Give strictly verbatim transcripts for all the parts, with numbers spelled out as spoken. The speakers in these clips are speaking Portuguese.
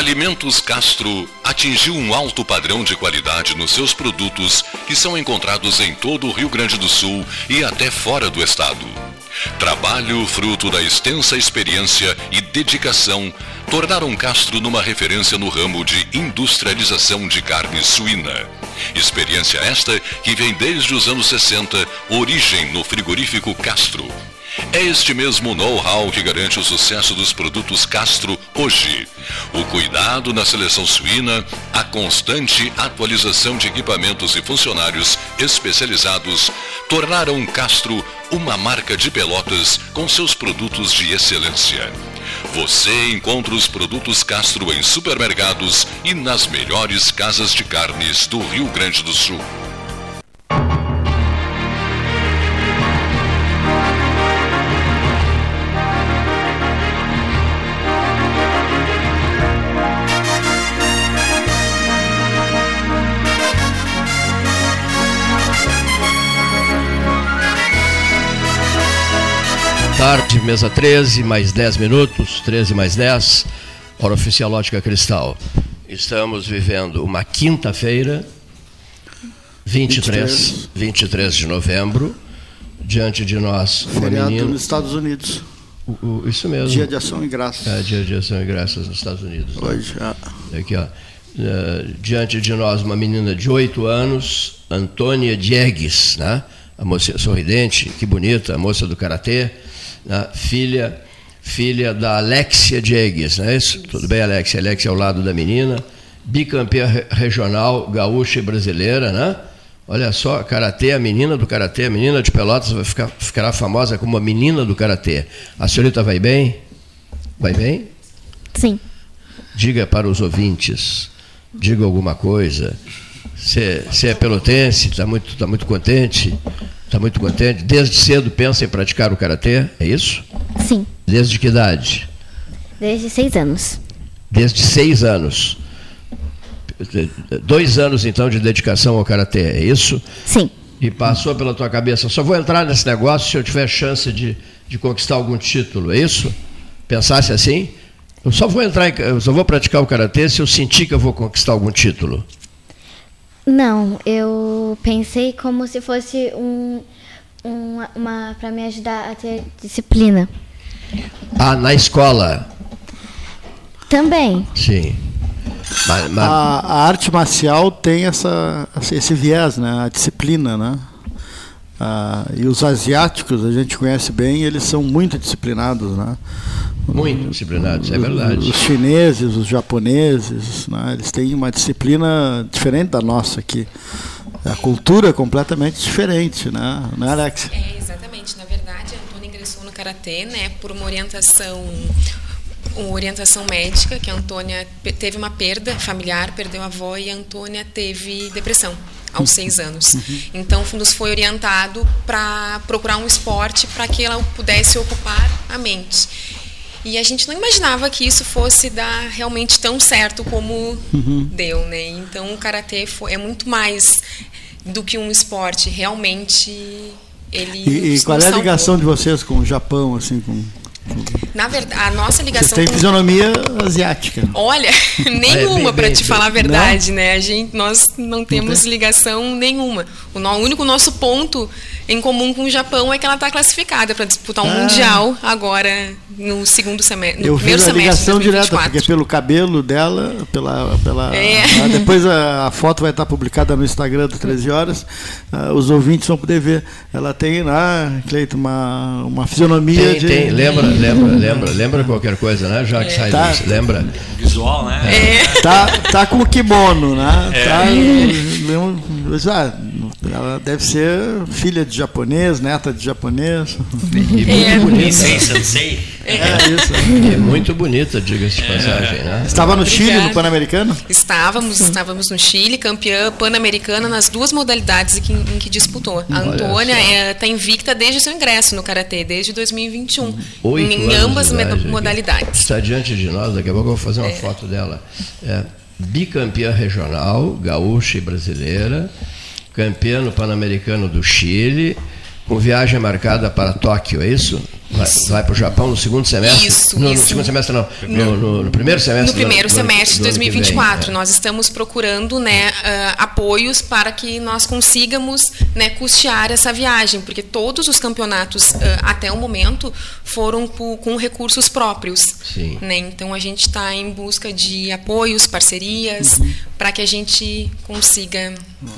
Alimentos Castro atingiu um alto padrão de qualidade nos seus produtos que são encontrados em todo o Rio Grande do Sul e até fora do estado. Trabalho fruto da extensa experiência e dedicação tornaram Castro numa referência no ramo de industrialização de carne suína. Experiência esta que vem desde os anos sessenta, origem no frigorífico Castro. É este mesmo know-how que garante o sucesso dos produtos Castro hoje. O cuidado na seleção suína, a constante atualização de equipamentos e funcionários especializados tornaram Castro uma marca de Pelotas com seus produtos de excelência. Você encontra os produtos Castro em supermercados e nas melhores casas de carnes do Rio Grande do Sul. Tarde, mesa treze, mais dez minutos, treze mais dez, hora oficial Ótica Cristal. Estamos vivendo uma quinta-feira, vinte e três, vinte e três de novembro, diante de nós, uma feriado menina... nos Estados Unidos. O, o, isso mesmo. Dia de Ação e Graças. É, Dia de Ação e Graças nos Estados Unidos. Hoje, né? ah. Aqui, ó. Uh, diante de nós, uma menina de oito anos, Antônia Diegues, né? A moça sorridente, que bonita, a moça do karatê. Né? Filha, filha da Alexia Diegues, não é isso? Tudo bem, Alexia? Alexia ao lado da menina, bicampeã re- regional, gaúcha e brasileira, né? Olha só, karatê, a menina do karatê, a menina de Pelotas vai ficar, ficará famosa como a menina do karatê. A senhorita vai bem? Vai bem? Sim. Diga para os ouvintes, diga alguma coisa. Você é pelotense, está muito, tá muito contente? Está muito contente? Desde cedo pensa em praticar o karatê, é isso? Sim. Desde que idade? Desde seis anos. Desde seis anos. Dois anos, então, de dedicação ao karatê, é isso? Sim. E passou pela tua cabeça, só vou entrar nesse negócio se eu tiver chance de, de conquistar algum título, é isso? Pensasse assim? Eu só vou entrar, eu só vou praticar o karatê se eu sentir que eu vou conquistar algum título. Não, eu pensei como se fosse um, um, uma para me ajudar a ter disciplina. Ah, na escola? Também. Sim. Mas, mas... A, a arte marcial tem essa, esse viés, né? A disciplina, né? Ah, e os asiáticos, a gente conhece bem, eles são muito disciplinados, né? Muito disciplinados, é verdade. Os chineses, os japoneses, né? Eles têm uma disciplina diferente da nossa aqui. A cultura é completamente diferente, né, né Alex? É, exatamente. Na verdade, a Antônia ingressou no Karatê, né, por uma orientação, uma orientação médica, que a Antônia teve uma perda familiar, perdeu a avó, e a Antônia teve depressão aos seis anos. Uhum. Então, nos foi orientado para procurar um esporte para que ela pudesse ocupar a mente. E a gente não imaginava que isso fosse dar realmente tão certo como uhum. deu, né? Então, o karatê foi, é muito mais do que um esporte. Realmente, ele... E, e qual é a ligação de vocês com o Japão, assim, com... Na verdade, a nossa ligação... Você tem com... fisionomia asiática. Olha, nenhuma, é, para te falar a verdade, não? né? A gente, nós não temos não ligação nenhuma. O, no, o único nosso ponto em comum com o Japão é que ela está classificada para disputar um ah. mundial agora no segundo semestre, no Eu primeiro vi a semestre ligação de dois mil e vinte e quatro. direta, porque pelo cabelo dela, pela, pela é. ah, depois a, a foto vai estar publicada no Instagram do treze horas, ah, os ouvintes vão poder ver. Ela tem lá, Cleito, uma, uma fisionomia tem, de... Tem, lembra, lembra, lembra, lembra qualquer coisa, né? Já que é. sai tá. disso, lembra? Visual, né? É. Tá, tá com o kimono, né? É. Tá, ah, ela deve ser filha de japonês, neta de japonês. E muito é. bonita. Sensei. É, é isso. É muito bonita, diga-se de passagem, né? Estava no Obrigada. Chile, no Pan-Americano? Estávamos, estávamos no Chile, campeã pan-americana nas duas modalidades em que, em que disputou. A Antônia está invicta desde o seu ingresso no Karatê, desde dois mil e vinte e um, Oito em ambas idade, modalidades. Está diante de nós, daqui a pouco eu vou fazer uma é. foto dela. É, bicampeã regional, gaúcha e brasileira, campeã no Pan-Americano do Chile, com viagem marcada para Tóquio, é isso? Vai, vai para o Japão no segundo semestre? Isso, no, isso. No segundo semestre não, no, no, no primeiro semestre? No primeiro do, semestre do, de dois mil e vinte e quatro. Vem, nós estamos procurando, né, uh, apoios para que nós consigamos, né, custear essa viagem, porque todos os campeonatos, uh, até o momento, foram por, com recursos próprios. Sim. Né? Então, a gente está em busca de apoios, parcerias, uhum. para que a gente consiga...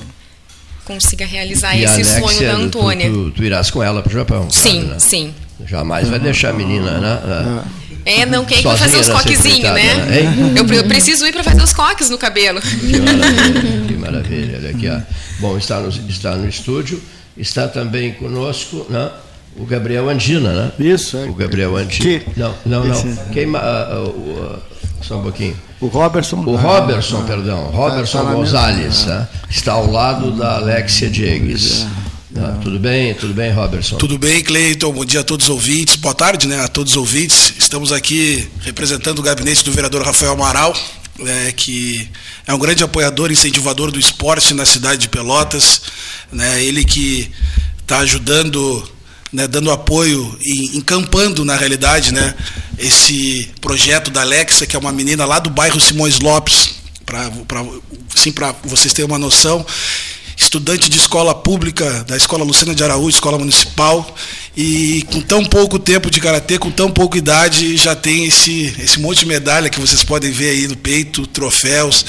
consiga realizar e esse Alexia, sonho da Antônia. Tu, tu, tu irás com ela para o Japão? Sim, sabe, né? sim. Jamais vai deixar a menina, né? É, não, quem é que vai fazer os coquezinhos, né? né? Eu, eu preciso ir para fazer os coques no cabelo. Que maravilha, que maravilha. Olha aqui, ó. Bom, está no, está no estúdio, está também conosco, né? O Gabriel Andina, né? Isso, é. O Gabriel Andina. Que? Não, não, não. Esse... Quem, uh, uh, uh, só um pouquinho. O Robertson. O Robertson, ah, perdão. Robertson tá, tá Gonzalez, ah. né? Está ao lado da Alexia Diegues. Ah, tudo bem? Tudo bem, Robertson? Tudo bem, Cleiton. Bom dia a todos os ouvintes. Boa tarde, né, a todos os ouvintes. Estamos aqui representando o gabinete do vereador Rafael Amaral, né, que é um grande apoiador e incentivador do esporte na cidade de Pelotas. Né, ele que está ajudando, né, dando apoio e encampando, na realidade, né, esse projeto da Alexia, que é uma menina lá do bairro Simões Lopes, para sim, para vocês terem uma noção. Estudante de escola pública, da Escola Lucena de Araújo, escola municipal, e com tão pouco tempo de karatê, com tão pouca idade, já tem esse, esse monte de medalha que vocês podem ver aí no peito, troféus.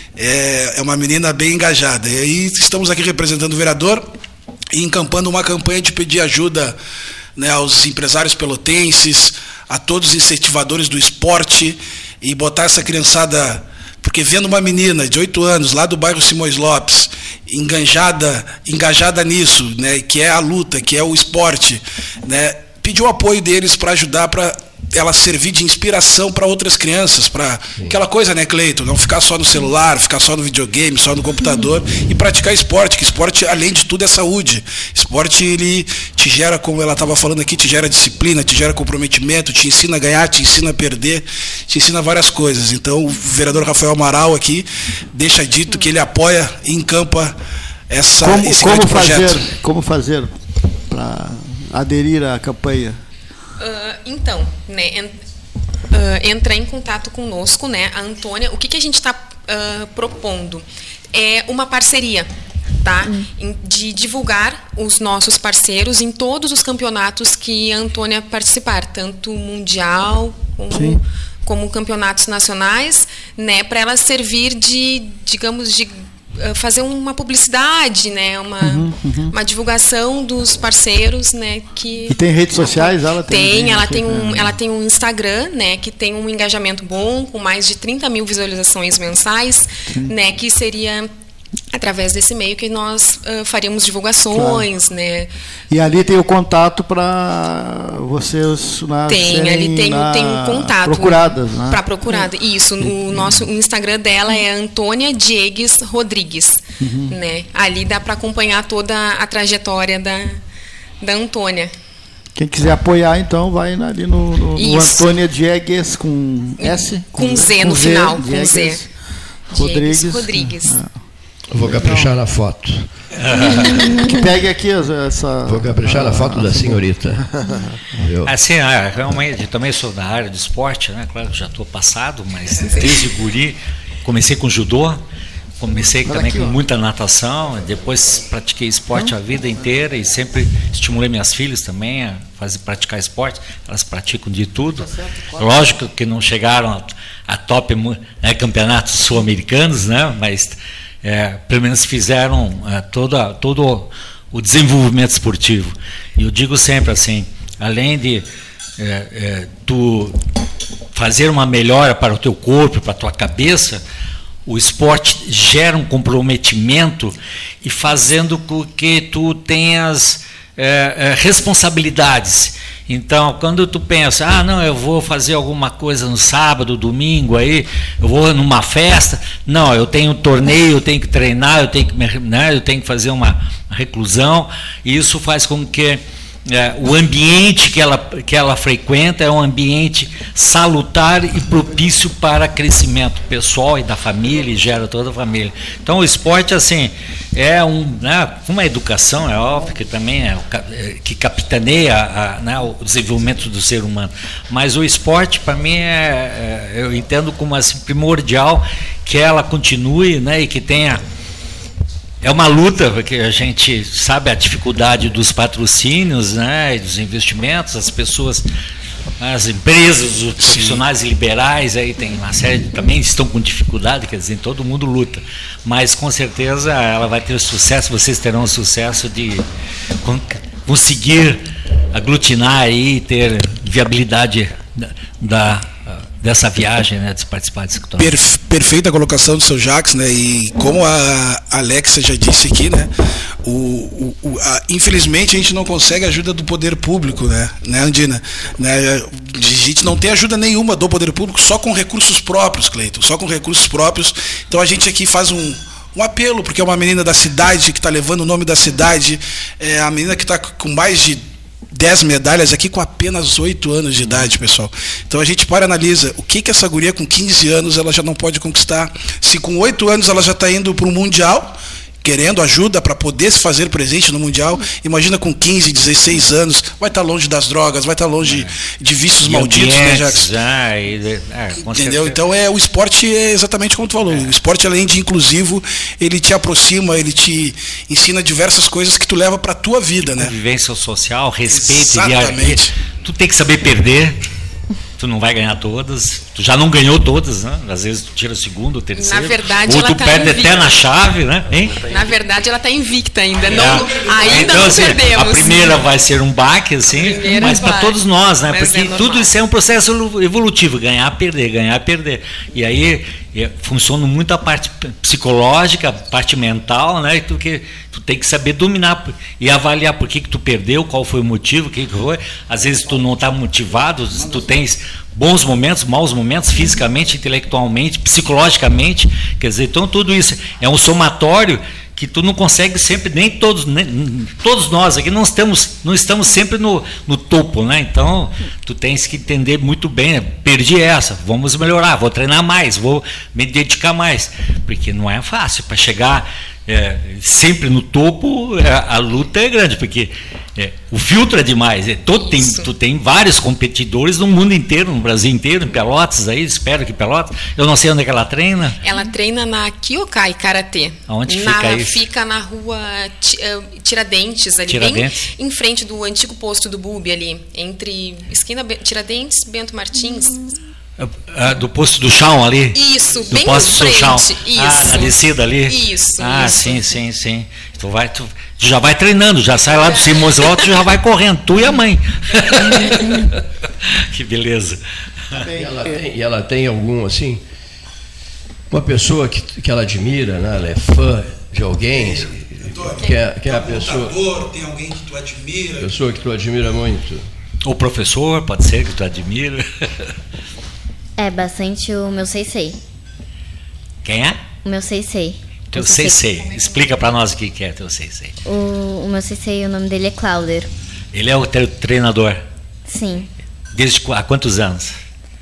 É, é uma menina bem engajada. E aí estamos aqui representando o vereador e encampando uma campanha de pedir ajuda, né, aos empresários pelotenses, a todos os incentivadores do esporte, e botar essa criançada... Porque vendo uma menina de oito anos, lá do bairro Simões Lopes, engajada, engajada nisso, né, que é a luta, que é o esporte, né, pediu o apoio deles para ajudar, para ela servir de inspiração para outras crianças, para aquela coisa, né, Cleiton, não ficar só no celular, ficar só no videogame, só no computador, e praticar esporte, que esporte, além de tudo, é saúde. Esporte, ele te gera, como ela estava falando aqui, te gera disciplina, te gera comprometimento, te ensina a ganhar, te ensina a perder, te ensina várias coisas. Então, o vereador Rafael Amaral aqui deixa dito que ele apoia e encampa essa, como, esse como grande fazer, projeto. Como fazer para aderir à campanha? Uh, então, né, en, uh, entrar em contato conosco, né, a Antônia, o que, que a gente está uh, propondo? É uma parceria, tá? Hum. De divulgar os nossos parceiros em todos os campeonatos que a Antônia participar, tanto mundial como, como campeonatos nacionais, né, para ela servir de, digamos, de fazer uma publicidade, né, uma, uhum, uhum. uma divulgação dos parceiros, né, que e tem redes sociais, ela tem, tem ela tem um ela tem um Instagram, né, que tem um engajamento bom, com mais de trinta mil visualizações mensais, sim, né, que seria através desse meio que nós uh, faríamos divulgações, claro, né? E ali tem o contato para vocês na tem ali tem na, tem um contato procuradas, né? Para procurada. Isso, o nosso o Instagram dela é Antônia Diegues Rodrigues, uhum, né? Ali dá para acompanhar toda a trajetória da da Antônia. Quem quiser apoiar, então, vai ali no, no, no Antônia Diegues com S, com, com Z no com final, Z, com Z. Rodrigues. Diegues Rodrigues. Ah. Eu vou caprichar na foto. Que pegue aqui essa... Vou caprichar na foto da senhorita. Assim, realmente, também sou da área de esporte, né? Claro que já estou passado, mas desde guri comecei com judô, comecei Olha também aqui, com ó. muita natação, depois pratiquei esporte hum. a vida inteira e sempre estimulei minhas filhas também a fazer, praticar esporte. Elas praticam de tudo. Lógico que não chegaram a, a top, né, campeonatos sul-americanos, né? Mas é, pelo menos fizeram é, toda, todo o desenvolvimento esportivo. E eu digo sempre assim, além de é, é, tu fazer uma melhora para o teu corpo, para a tua cabeça, o esporte gera um comprometimento e fazendo com que tu tenhas é, é, responsabilidades. Então, quando tu pensa, ah, não, eu vou fazer alguma coisa no sábado, domingo, aí, eu vou numa festa, não, eu tenho um torneio, eu tenho que treinar, eu tenho que, né, eu tenho que fazer uma reclusão, e isso faz com que é, o ambiente que ela, que ela frequenta é um ambiente salutar e propício para crescimento pessoal e da família, e gera toda a família. Então o esporte, assim, é um, né, uma educação, é óbvio que também é, que capitaneia a, né, o desenvolvimento do ser humano, mas o esporte, para mim, é, é, eu entendo como assim, primordial que ela continue, né, e que tenha. É uma luta, porque a gente sabe a dificuldade dos patrocínios, né, dos investimentos, as pessoas, as empresas, os profissionais Sim. liberais, aí tem uma série, também estão com dificuldade, quer dizer, todo mundo luta. Mas com certeza ela vai ter sucesso, vocês terão sucesso de conseguir aglutinar aí, ter viabilidade da, da dessa viagem, né, de participar desse Perfe, Perfeita a colocação do seu Jacques, né, e como a Alexia já disse aqui, né, o, o, o, a, infelizmente a gente não consegue ajuda do poder público, né, né Andina? Né, a gente não tem ajuda nenhuma do poder público, só com recursos próprios, Cleiton, só com recursos próprios. Então a gente aqui faz um Um apelo, porque é uma menina da cidade que está levando o nome da cidade, é a menina que está com mais de dez medalhas aqui com apenas oito anos de idade, pessoal. Então a gente para e analisa o que, que essa guria com quinze anos ela já não pode conquistar. Se com oito anos ela já está indo para um Mundial, querendo ajuda para poder se fazer presente no Mundial, imagina com quinze, dezesseis anos, vai estar tá longe das drogas, vai estar tá longe é. de vícios e malditos, né, Jacques? Ah, e, é, Entendeu? Então é, o esporte é exatamente como tu falou, é. o esporte, além de inclusivo, ele te aproxima, ele te ensina diversas coisas que tu leva para a tua vida, né? Convivência social, respeito. Exatamente. E, tu tem que saber perder. Tu não vai ganhar todas, tu já não ganhou todas, né? Às vezes tu tira o segundo, o terceiro. Na verdade, ou ela tu tá perde invicta. até na chave, né? Hein? Na verdade, ela está invicta ainda. É. Não, ainda então, não assim, perdemos. A primeira vai ser um baque, assim, mas para todos nós, né? Mas porque é tudo isso é um processo evolutivo, ganhar, perder, ganhar, perder. E aí é, funciona muito a parte psicológica, a parte mental, né? Tu, que, tu tem que saber dominar e avaliar por que, que tu perdeu, qual foi o motivo, o que, que foi. Às vezes tu não está motivado, tu tens bons momentos, maus momentos, fisicamente, intelectualmente, psicologicamente, quer dizer, então tudo isso é um somatório que tu não consegue sempre, nem todos, nem, todos nós aqui não estamos, não estamos sempre no, no topo, né? Então tu tens que entender muito bem, né? Perdi essa, vamos melhorar, vou treinar mais, vou me dedicar mais, porque não é fácil para chegar é, sempre no topo, é, a luta é grande, porque é, o filtro é demais, é, todo, tem, tu tem vários competidores no mundo inteiro, no Brasil inteiro, em Pelotas aí, espero que Pelotas, eu não sei onde é que ela treina. Ela treina na Kyokai Karatê. Onde na, fica isso? Fica na rua Tiradentes, ali Tiradentes. bem em frente do antigo posto do Bubi ali, entre esquina Tiradentes, Bento Martins. Ah, do posto do chão ali? Isso, do bem posto do chão. Isso. Ah, na descida ali? Isso. Ah, isso. sim, sim, sim. Tu, vai, tu, tu já vai treinando, já sai lá do Simões Lopes, tu já vai correndo, tu e a mãe. Que beleza. E ela tem, e ela tem algum, assim, uma pessoa que, que ela admira, né? Ela é fã de alguém, que é, que é a pessoa... Tem alguém que tu admira? Pessoa que tu admira muito. O professor, pode ser, que tu admira. É bastante o meu Seisei. Quem é? O meu Seisei. Teu Seisei. Explica para nós o que é teu Seisei. O, o meu Seisei, o nome dele é Clauder. Ele é o teu treinador? Sim. Desde há quantos anos?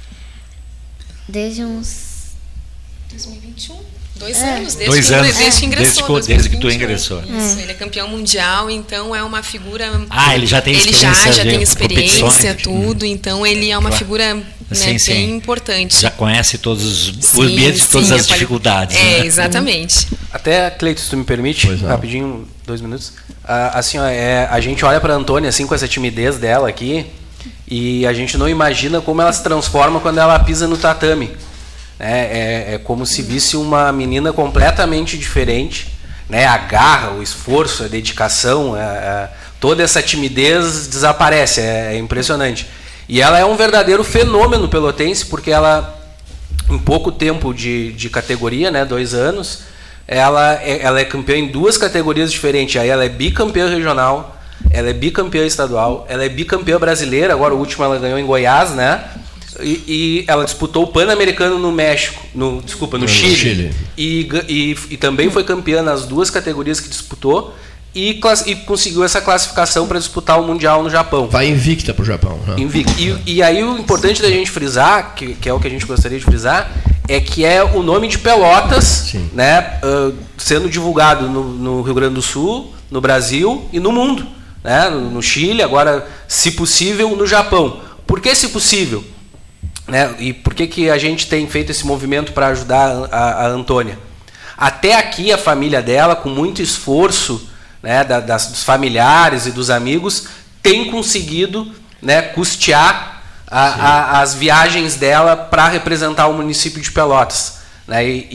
Desde uns... dois mil e vinte e um. Dois é. anos, desde, Dois que, anos. desde que ingressou. Desde, desde que tu ingressou. Isso, é. Ele é campeão mundial, então é uma figura... Ah, ele já tem ele experiência. Ele já, já tem experiência, de tudo, então ele é uma claro. figura né, sim, sim. bem importante. Já conhece todos os sim, ambientes, sim, todas as dificuldades. É, né? Exatamente. Até, Cleiton, se tu me permite, rapidinho, dois minutos. Ah, assim, ó, é, a gente olha para a Antônia assim, com essa timidez dela aqui, e a gente não imagina como ela se transforma quando ela pisa no tatame. É, é, é como se visse uma menina completamente diferente, né? A garra, o esforço, a dedicação, a, a, toda essa timidez desaparece, é, é impressionante. E ela é um verdadeiro fenômeno pelotense, porque ela, em pouco tempo de, de categoria, né, dois anos, ela é, ela é campeã em duas categorias diferentes. Aí ela é bicampeã regional, ela é bicampeã estadual, ela é bicampeã brasileira, agora o último ela ganhou em Goiás, né? E, e ela disputou o Pan-Americano no México, no, desculpa, no, no Chile, Chile. E, e, e também foi campeã nas duas categorias que disputou. e, e conseguiu essa classificação para disputar o Mundial no Japão. Vai invicta para o Japão. Né? Invicta. E, e aí o importante da gente frisar, que, que é o que a gente gostaria de frisar, é que é o nome de Pelotas, né, uh, sendo divulgado no, no Rio Grande do Sul, no Brasil e no mundo. Né, no, no Chile, agora, se possível, no Japão. Por que se possível? Né, e por que, que a gente tem feito esse movimento para ajudar a, a Antônia? Até aqui a família dela, com muito esforço, né, da, das, dos familiares e dos amigos, tem conseguido, né, custear a, a, as viagens dela para representar o município de Pelotas. Né, e,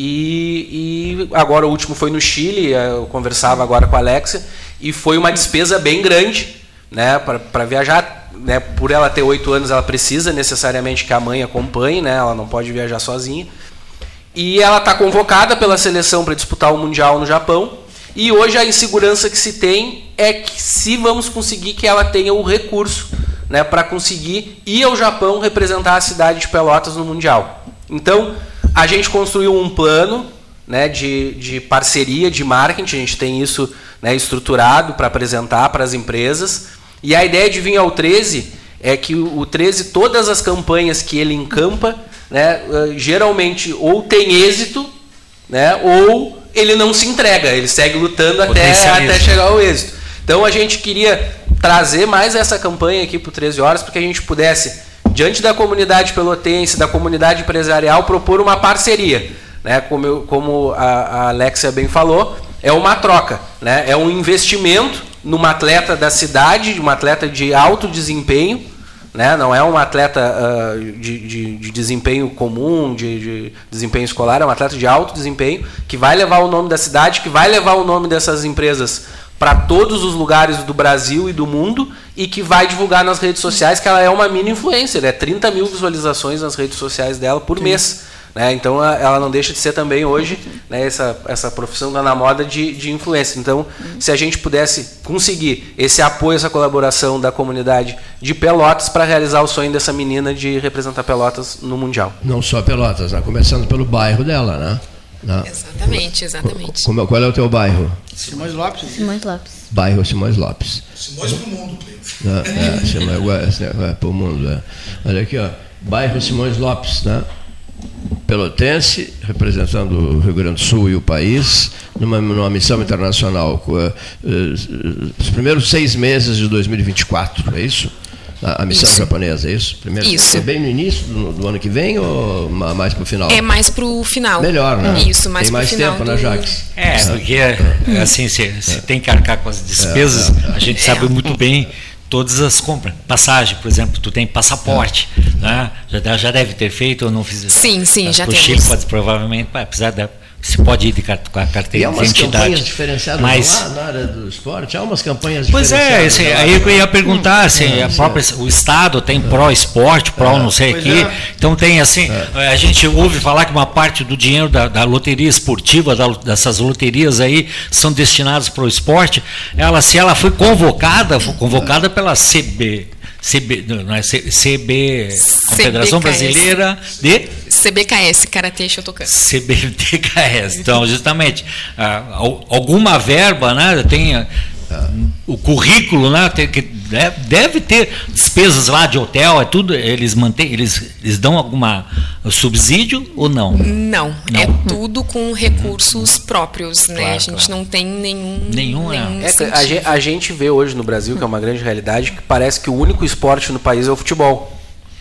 e agora o último foi no Chile, eu conversava agora com a Alexia, e foi uma despesa bem grande, né, para viajar. Né, por ela ter oito anos, ela precisa necessariamente que a mãe acompanhe, né, ela não pode viajar sozinha. E ela está convocada pela seleção para disputar o Mundial no Japão. E hoje a insegurança que se tem é que se vamos conseguir que ela tenha o recurso, né, para conseguir ir ao Japão representar a cidade de Pelotas no Mundial. Então, a gente construiu um plano, né, de, de parceria, de marketing, a gente tem isso, né, estruturado para apresentar para as empresas. E a ideia de vir ao treze é que o treze, todas as campanhas que ele encampa, né, geralmente ou tem êxito, né, ou ele não se entrega, ele segue lutando até, até chegar ao êxito. Então a gente queria trazer mais essa campanha aqui para o treze horas, para que a gente pudesse, diante da comunidade pelotense, da comunidade empresarial, propor uma parceria. Né, como, eu, como a, a Alexia bem falou, é uma troca, né, é um investimento numa atleta da cidade, uma atleta de alto desempenho, né? Não é um atleta uh, de, de, de desempenho comum, de, de desempenho escolar, é um atleta de alto desempenho, que vai levar o nome da cidade, que vai levar o nome dessas empresas para todos os lugares do Brasil e do mundo, e que vai divulgar nas redes sociais, que ela é uma mini influencer, é trinta mil visualizações nas redes sociais dela por Sim. mês. Né? Então ela não deixa de ser também hoje, né, essa, essa profissão da na moda de, de influência. Então, se a gente pudesse conseguir esse apoio, essa colaboração da comunidade de Pelotas para realizar o sonho dessa menina de representar Pelotas no Mundial. Não só Pelotas, né? Começando pelo bairro dela, né? Não. Exatamente, exatamente. Como, qual é o teu bairro? Simões Lopes. Simões Lopes. Bairro Simões Lopes. Simões pro mundo, Cleiton. É, Simões é, pro mundo. É. Olha aqui, ó. Bairro Simões Lopes, né? Pelotense, representando o Rio Grande do Sul e o país, numa, numa missão internacional. Os primeiros seis meses de dois mil e vinte e quatro, é isso? A, a missão isso. japonesa, é isso? Primeiro, isso. É bem no início do, do ano que vem ou mais para o final? É mais para o final. Melhor, né? Isso, mais tem mais pro final tempo, do... né, Jaques? É, porque assim, se, se tem que arcar com as despesas, é, é, é. a gente sabe muito bem todas as compras. Passagem, por exemplo, tu tem passaporte, é. né? já, já deve ter feito ou não fiz. Sim, sim, já temos. O Chile pode, provavelmente, apesar da... Você pode ir de, com a carteira de identidade. E há umas campanhas diferenciadas mas, lá na área do esporte? Há umas campanhas pois diferenciadas. Pois é, esse, aí eu ia perguntar, assim, é, a própria, o Estado tem pró-esporte, pró não sei o quê. É. Então tem assim, é. a gente ouve falar que uma parte do dinheiro da, da loteria esportiva, da, dessas loterias aí, são destinados para o esporte. Ela, se ela foi convocada, foi convocada pela C B... C B, não é C, CB, Confederação C B K S. Brasileira de... C B K S, Karatê Shotokan. C B K S, então, justamente, alguma verba, né, tem o currículo, né, tem, que deve ter despesas lá de hotel, é tudo, eles mantêm, eles, eles dão alguma subsídio ou não? Não, não. É tudo com recursos próprios, né? Claro, a gente claro. não tem nenhum nenhum, nenhum é. É, a, gente, a gente vê hoje no Brasil, que é uma grande realidade, que parece que o único esporte no país é o futebol.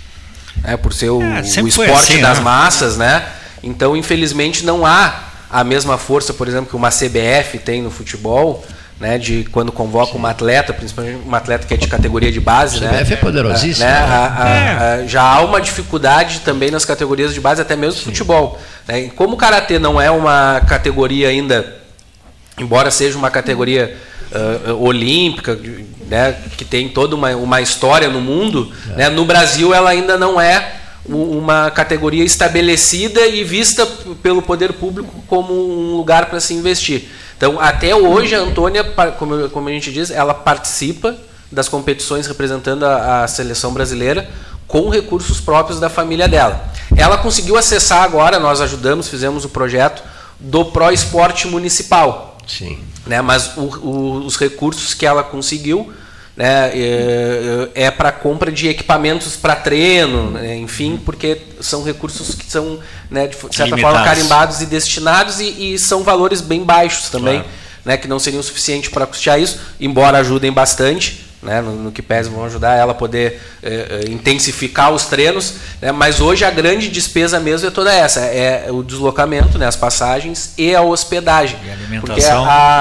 É, por ser o, é, o esporte assim, das né? massas, né? Então, infelizmente, não há a mesma força, por exemplo, que uma C B F tem no futebol, né, de quando convoca uma atleta, principalmente uma atleta que é de categoria de base, né? A C B F é poderosíssima. Né, a, a, a, já há uma dificuldade também nas categorias de base, até mesmo do futebol. Né? Como o karatê não é uma categoria ainda, embora seja uma categoria uh, olímpica, né, que tem toda uma, uma história no mundo, é. né, no Brasil ela ainda não é uma categoria estabelecida e vista pelo poder público como um lugar para se investir. Então, até hoje, a Antônia, como, como a gente diz, ela participa das competições representando a, a seleção brasileira com recursos próprios da família dela. Ela conseguiu acessar agora, nós ajudamos, fizemos o projeto do Pro Esporte Municipal. Sim. né? Mas o, o, os recursos que ela conseguiu, né, é, é para compra de equipamentos para treino, né, enfim, porque são recursos que são, né, de certa Limitados. forma carimbados e destinados e, e são valores bem baixos também, claro. né, que não seriam suficientes para custear isso, embora ajudem bastante. Né, no, no que pese vão ajudar ela a poder eh, intensificar os treinos, né, mas hoje a grande despesa mesmo é toda essa, é o deslocamento, né, as passagens e a hospedagem. E a alimentação. Porque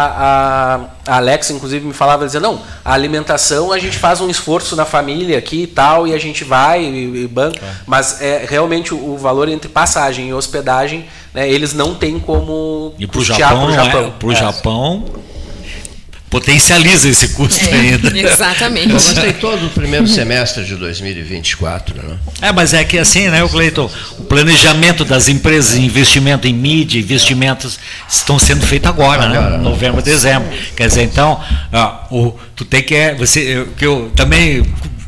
a, a, a Alexa, inclusive, me falava, dizia, não, a alimentação a gente faz um esforço na família aqui e tal, e a gente vai e, e banca, é. mas é, realmente o, o valor entre passagem e hospedagem, né, eles não têm como e pro Japão, pro Japão. É, pro é. Japão potencializa esse custo é, ainda. Exatamente. Eu gostei todo o primeiro semestre de dois mil e vinte e quatro. Né? É, mas é que assim, né, Cleiton, o planejamento das empresas, investimento em mídia, investimentos estão sendo feitos agora, agora né? Novembro, dezembro. Quer dizer, então, ó, o, tu tem que é, você, eu, que eu também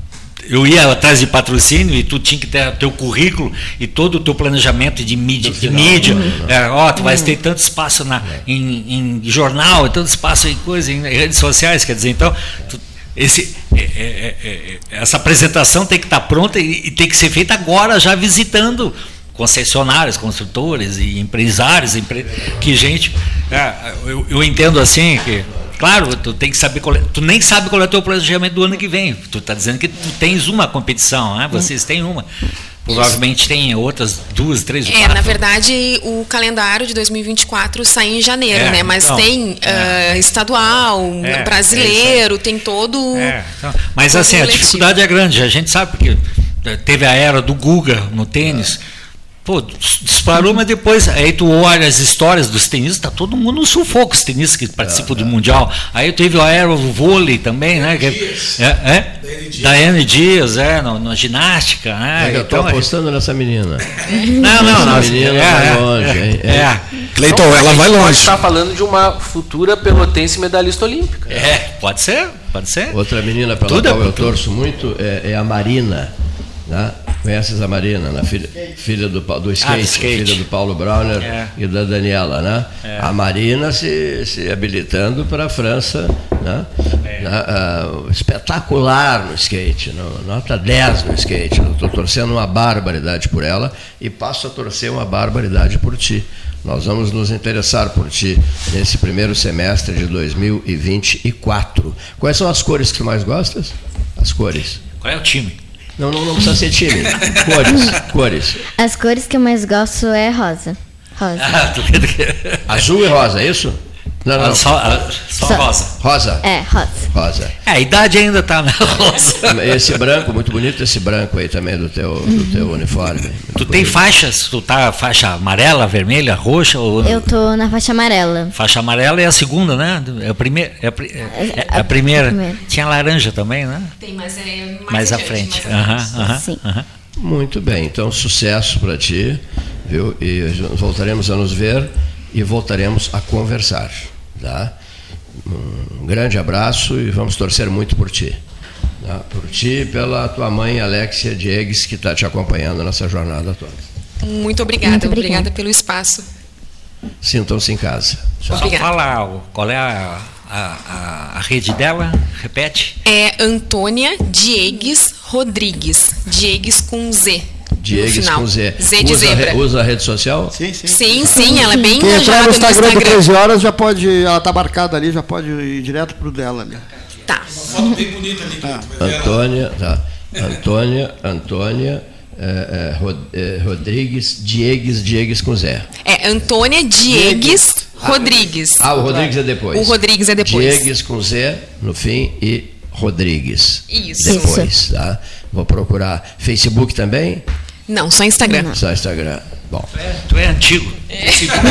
eu ia atrás de patrocínio e tu tinha que ter teu currículo e todo o teu planejamento de mídia, de mídia. É, ó, tu vai ter tanto espaço na, em, em jornal, tanto espaço em coisa, em redes sociais, quer dizer, então, tu, esse, é, é, é, essa apresentação tem que estar pronta e, e tem que ser feita agora, já visitando concessionários, construtores e empresários, empre... que gente, é, eu, eu entendo assim que claro, tu tem que saber qual é, tu nem sabe qual é o teu planejamento do ano que vem. Tu está dizendo que tu tens uma competição, né? Vocês têm uma. Provavelmente tem outras duas, três, é, quatro. Na verdade, o calendário de dois mil e vinte e quatro sai em janeiro, é, né? Mas então, tem é. uh, estadual, é, brasileiro, é tem todo. É, então, mas todo assim, a dificuldade é grande. A gente sabe porque teve a era do Guga no tênis. É. Pô, disparou, mas depois, aí tu olha as histórias dos tenistas, tá todo mundo no sufoco, os tenistas que participam é, do é. Mundial. Aí teve o aerovôlei também, né? Que, é, é, da N Dias, é, na, na ginástica. Né? Eu estou então, apostando gente... nessa menina. Não, não, não. Essa menina é, vai longe, é, hein? É. É. Cleiton, então, ela vai longe. A gente está falando de uma futura pelotense medalhista olímpica. É, pode ser, pode ser. Outra menina pela Tudo qual é eu torço muito é, é a Marina, né? Conheces a Marina, né? filha, filha do, do, skate, ah, do skate, filha do Paulo Brauner é. e da Daniela, né? É. A Marina se, se habilitando para a França, né? É. Uh, espetacular no skate, no, nota dez no skate. Estou torcendo uma barbaridade por ela e passo a torcer uma barbaridade por ti. Nós vamos nos interessar por ti nesse primeiro semestre de dois mil e vinte e quatro. Quais são as cores que tu mais gostas? As cores. Qual é o time? Não, não, não precisa ser time. Cores, cores. As cores que eu mais gosto é rosa. Rosa. Ah, tu quer... Azul e rosa, é isso? Não, não. Só, só, só rosa. Rosa? É, rosa. Rosa. É, a idade ainda está na rosa. Esse branco, muito bonito esse branco aí também do teu, do teu uniforme. Muito tu bonito. Tem faixas? Tu tá faixa amarela, vermelha, roxa? Ou... Eu tô na faixa amarela. Faixa amarela é a segunda, né? É a primeira. É a, é a, a primeira. primeira. Tinha laranja também, né? Tem, mas é mais, mais à frente. Aham, aham. Sim. Aham. Muito bem, então sucesso para ti, viu? E voltaremos a nos ver e voltaremos a conversar, tá? Um grande abraço e vamos torcer muito por ti, tá? Por ti e pela tua mãe Alexia Diegues, que está te acompanhando nessa jornada toda. Muito obrigada, muito obrigada. obrigada pelo espaço. Sintam-se em casa. Só fala qual é a, a, a rede dela, repete. É Antônia Diegues Rodrigues, Diegues com Z. Diegues com Z. Z de usa, zebra. Usa a rede social? Sim, sim. Sim, sim, ela é bem Quem engajada entrar no Instagram, no Instagram de treze horas já pode, ela está marcada ali, já pode ir direto pro dela ali. Tá. Uma foto bem bonita ali. Ah. Antônia, tá. Antônia, Antônia é, é, Rod, é, Rodrigues, Diegues, Diegues com Z. É Antônia Diegues Rodrigues. Ah, o Rodrigues é depois. O Rodrigues é depois. Diegues com Z no fim e Rodrigues. Isso. Depois, tá? Vou procurar. Facebook também? Não, só Instagram. Não. Só Instagram. Bom. Tu é, tu é antigo. É. É,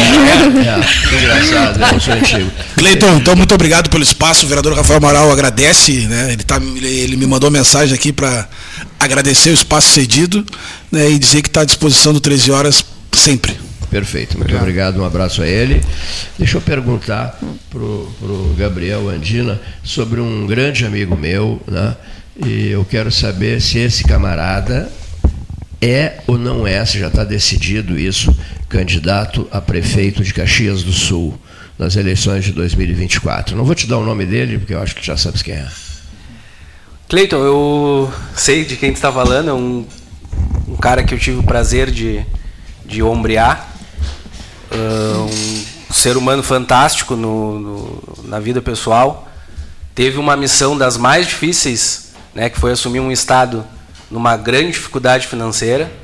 é, que engraçado, eu sou antigo. Cleiton, então muito obrigado pelo espaço. O vereador Rafael Amaral agradece, né? Ele, tá, ele me mandou mensagem aqui para agradecer o espaço cedido, né? E dizer que está à disposição do treze horas sempre. Perfeito, muito obrigado. obrigado, um abraço a ele. Deixa eu perguntar para o Gabriel Andina sobre um grande amigo meu, né? E eu quero saber se esse camarada é ou não é, se já está decidido isso, candidato a prefeito de Caxias do Sul. nas eleições de dois mil e vinte e quatro. Não vou te dar o nome dele, porque eu acho que já sabes quem é. Cleiton, eu sei de quem tu está falando, é um, um cara que eu tive o prazer de, de ombrear, uh, um ser humano fantástico no, no, na vida pessoal, teve uma missão das mais difíceis, né, que foi assumir um estado numa grande dificuldade financeira.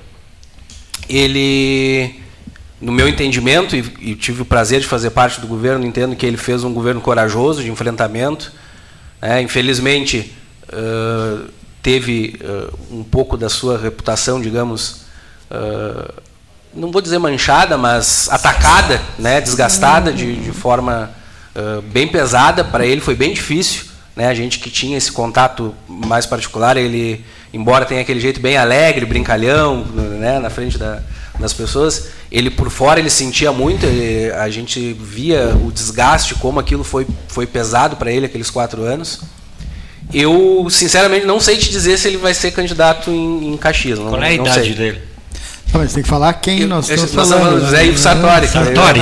Ele, no meu entendimento, e, e tive o prazer de fazer parte do governo, entendo que ele fez um governo corajoso, de enfrentamento. Né, infelizmente, uh, teve uh, um pouco da sua reputação, digamos, uh, não vou dizer manchada, mas atacada, né, desgastada de, de forma uh, bem pesada. Para ele foi bem difícil, né, a gente que tinha esse contato mais particular, ele, embora tenha aquele jeito bem alegre, brincalhão, né, na frente da, das pessoas, ele por fora ele sentia muito, ele, a gente via o desgaste, como aquilo foi, foi pesado para ele aqueles quatro anos. Eu, sinceramente, não sei te dizer se ele vai ser candidato em, em Caxias. Não, Qual é a não idade sei. dele? Não, mas tem que falar quem eu, nós eu, estamos nós falando. Estamos falando José Ivo Sartori. Sartori.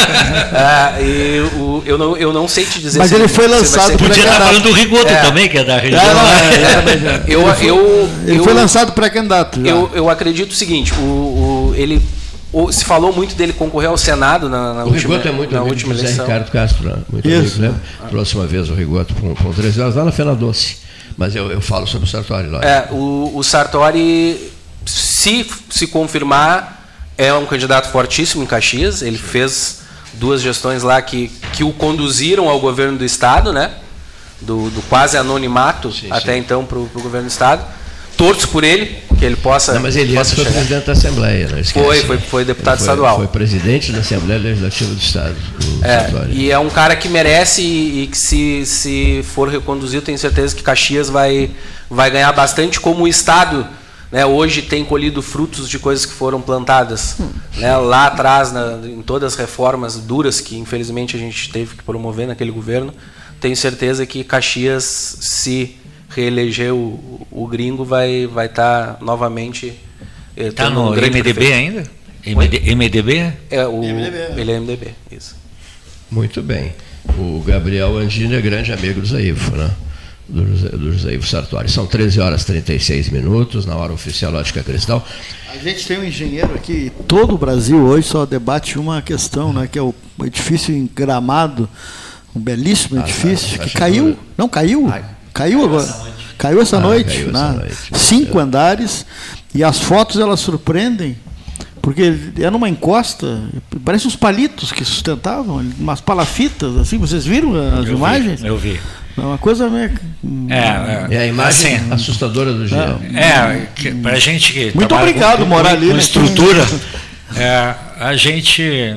É, é, eu, eu, não, eu não sei te dizer. Mas se ele foi lançado Podia estar falando do Rigoto é. também, que é da região. Não, não, é, eu, ele foi, eu, ele eu, foi lançado pré-candidato. Eu, eu acredito o seguinte, o, o, ele, o, se falou muito dele concorrer ao Senado na, na o última, Rigoto é muito na amigo última de José eleição. Ricardo Castro, muito Isso. amigo, né? Trouxe uma vez o Rigoto com, com treze horas lá na Fena Doce. Mas eu, eu falo sobre o Sartori lá. É, o, o Sartori, se se confirmar, é um candidato fortíssimo em Caxias. Ele fez duas gestões lá que, que o conduziram ao governo do Estado, né? Do, do quase anonimato sim, até sim. então para o governo do Estado. Torço por ele, que ele possa. Não, mas ele possa foi chegar. presidente da Assembleia, não esquece. Foi, foi, foi deputado foi, estadual. Foi presidente da Assembleia Legislativa do Estado. É, e é um cara que merece e, e que se, se for reconduzido, tenho certeza que Caxias vai, vai ganhar bastante, como o Estado, né, hoje tem colhido frutos de coisas que foram plantadas. Hum. Né, lá atrás, na, em todas as reformas duras que infelizmente a gente teve que promover naquele governo, tenho certeza que Caxias, se reeleger o, o gringo, vai vai estar tá novamente. Está no um M D B prefeito. Ainda? M D, M D B? É, o, M D B. Ele é M D B, isso. Muito bem. O Gabriel Andini é grande amigo do Zé Ivo, né? Do José, do José Ivo Sartori. São treze horas e trinta e seis minutos, na hora oficial Ótica Cristal. A gente tem um engenheiro aqui, todo o Brasil hoje só debate uma questão, né, que é o edifício em Gramado, um belíssimo ah, edifício, tá, que caiu, não caiu, Ai. caiu agora, caiu essa ah, noite, caiu né? essa noite. Cinco é. andares, e as fotos elas surpreendem, porque era uma encosta, parece uns palitos que sustentavam, umas palafitas, assim, vocês viram as eu imagens? Vi, eu vi. É uma coisa meio... É, é, é a imagem assim, assustadora do dia. É, é para a gente que muito obrigado, com, morar ali, com né? estrutura, é, a gente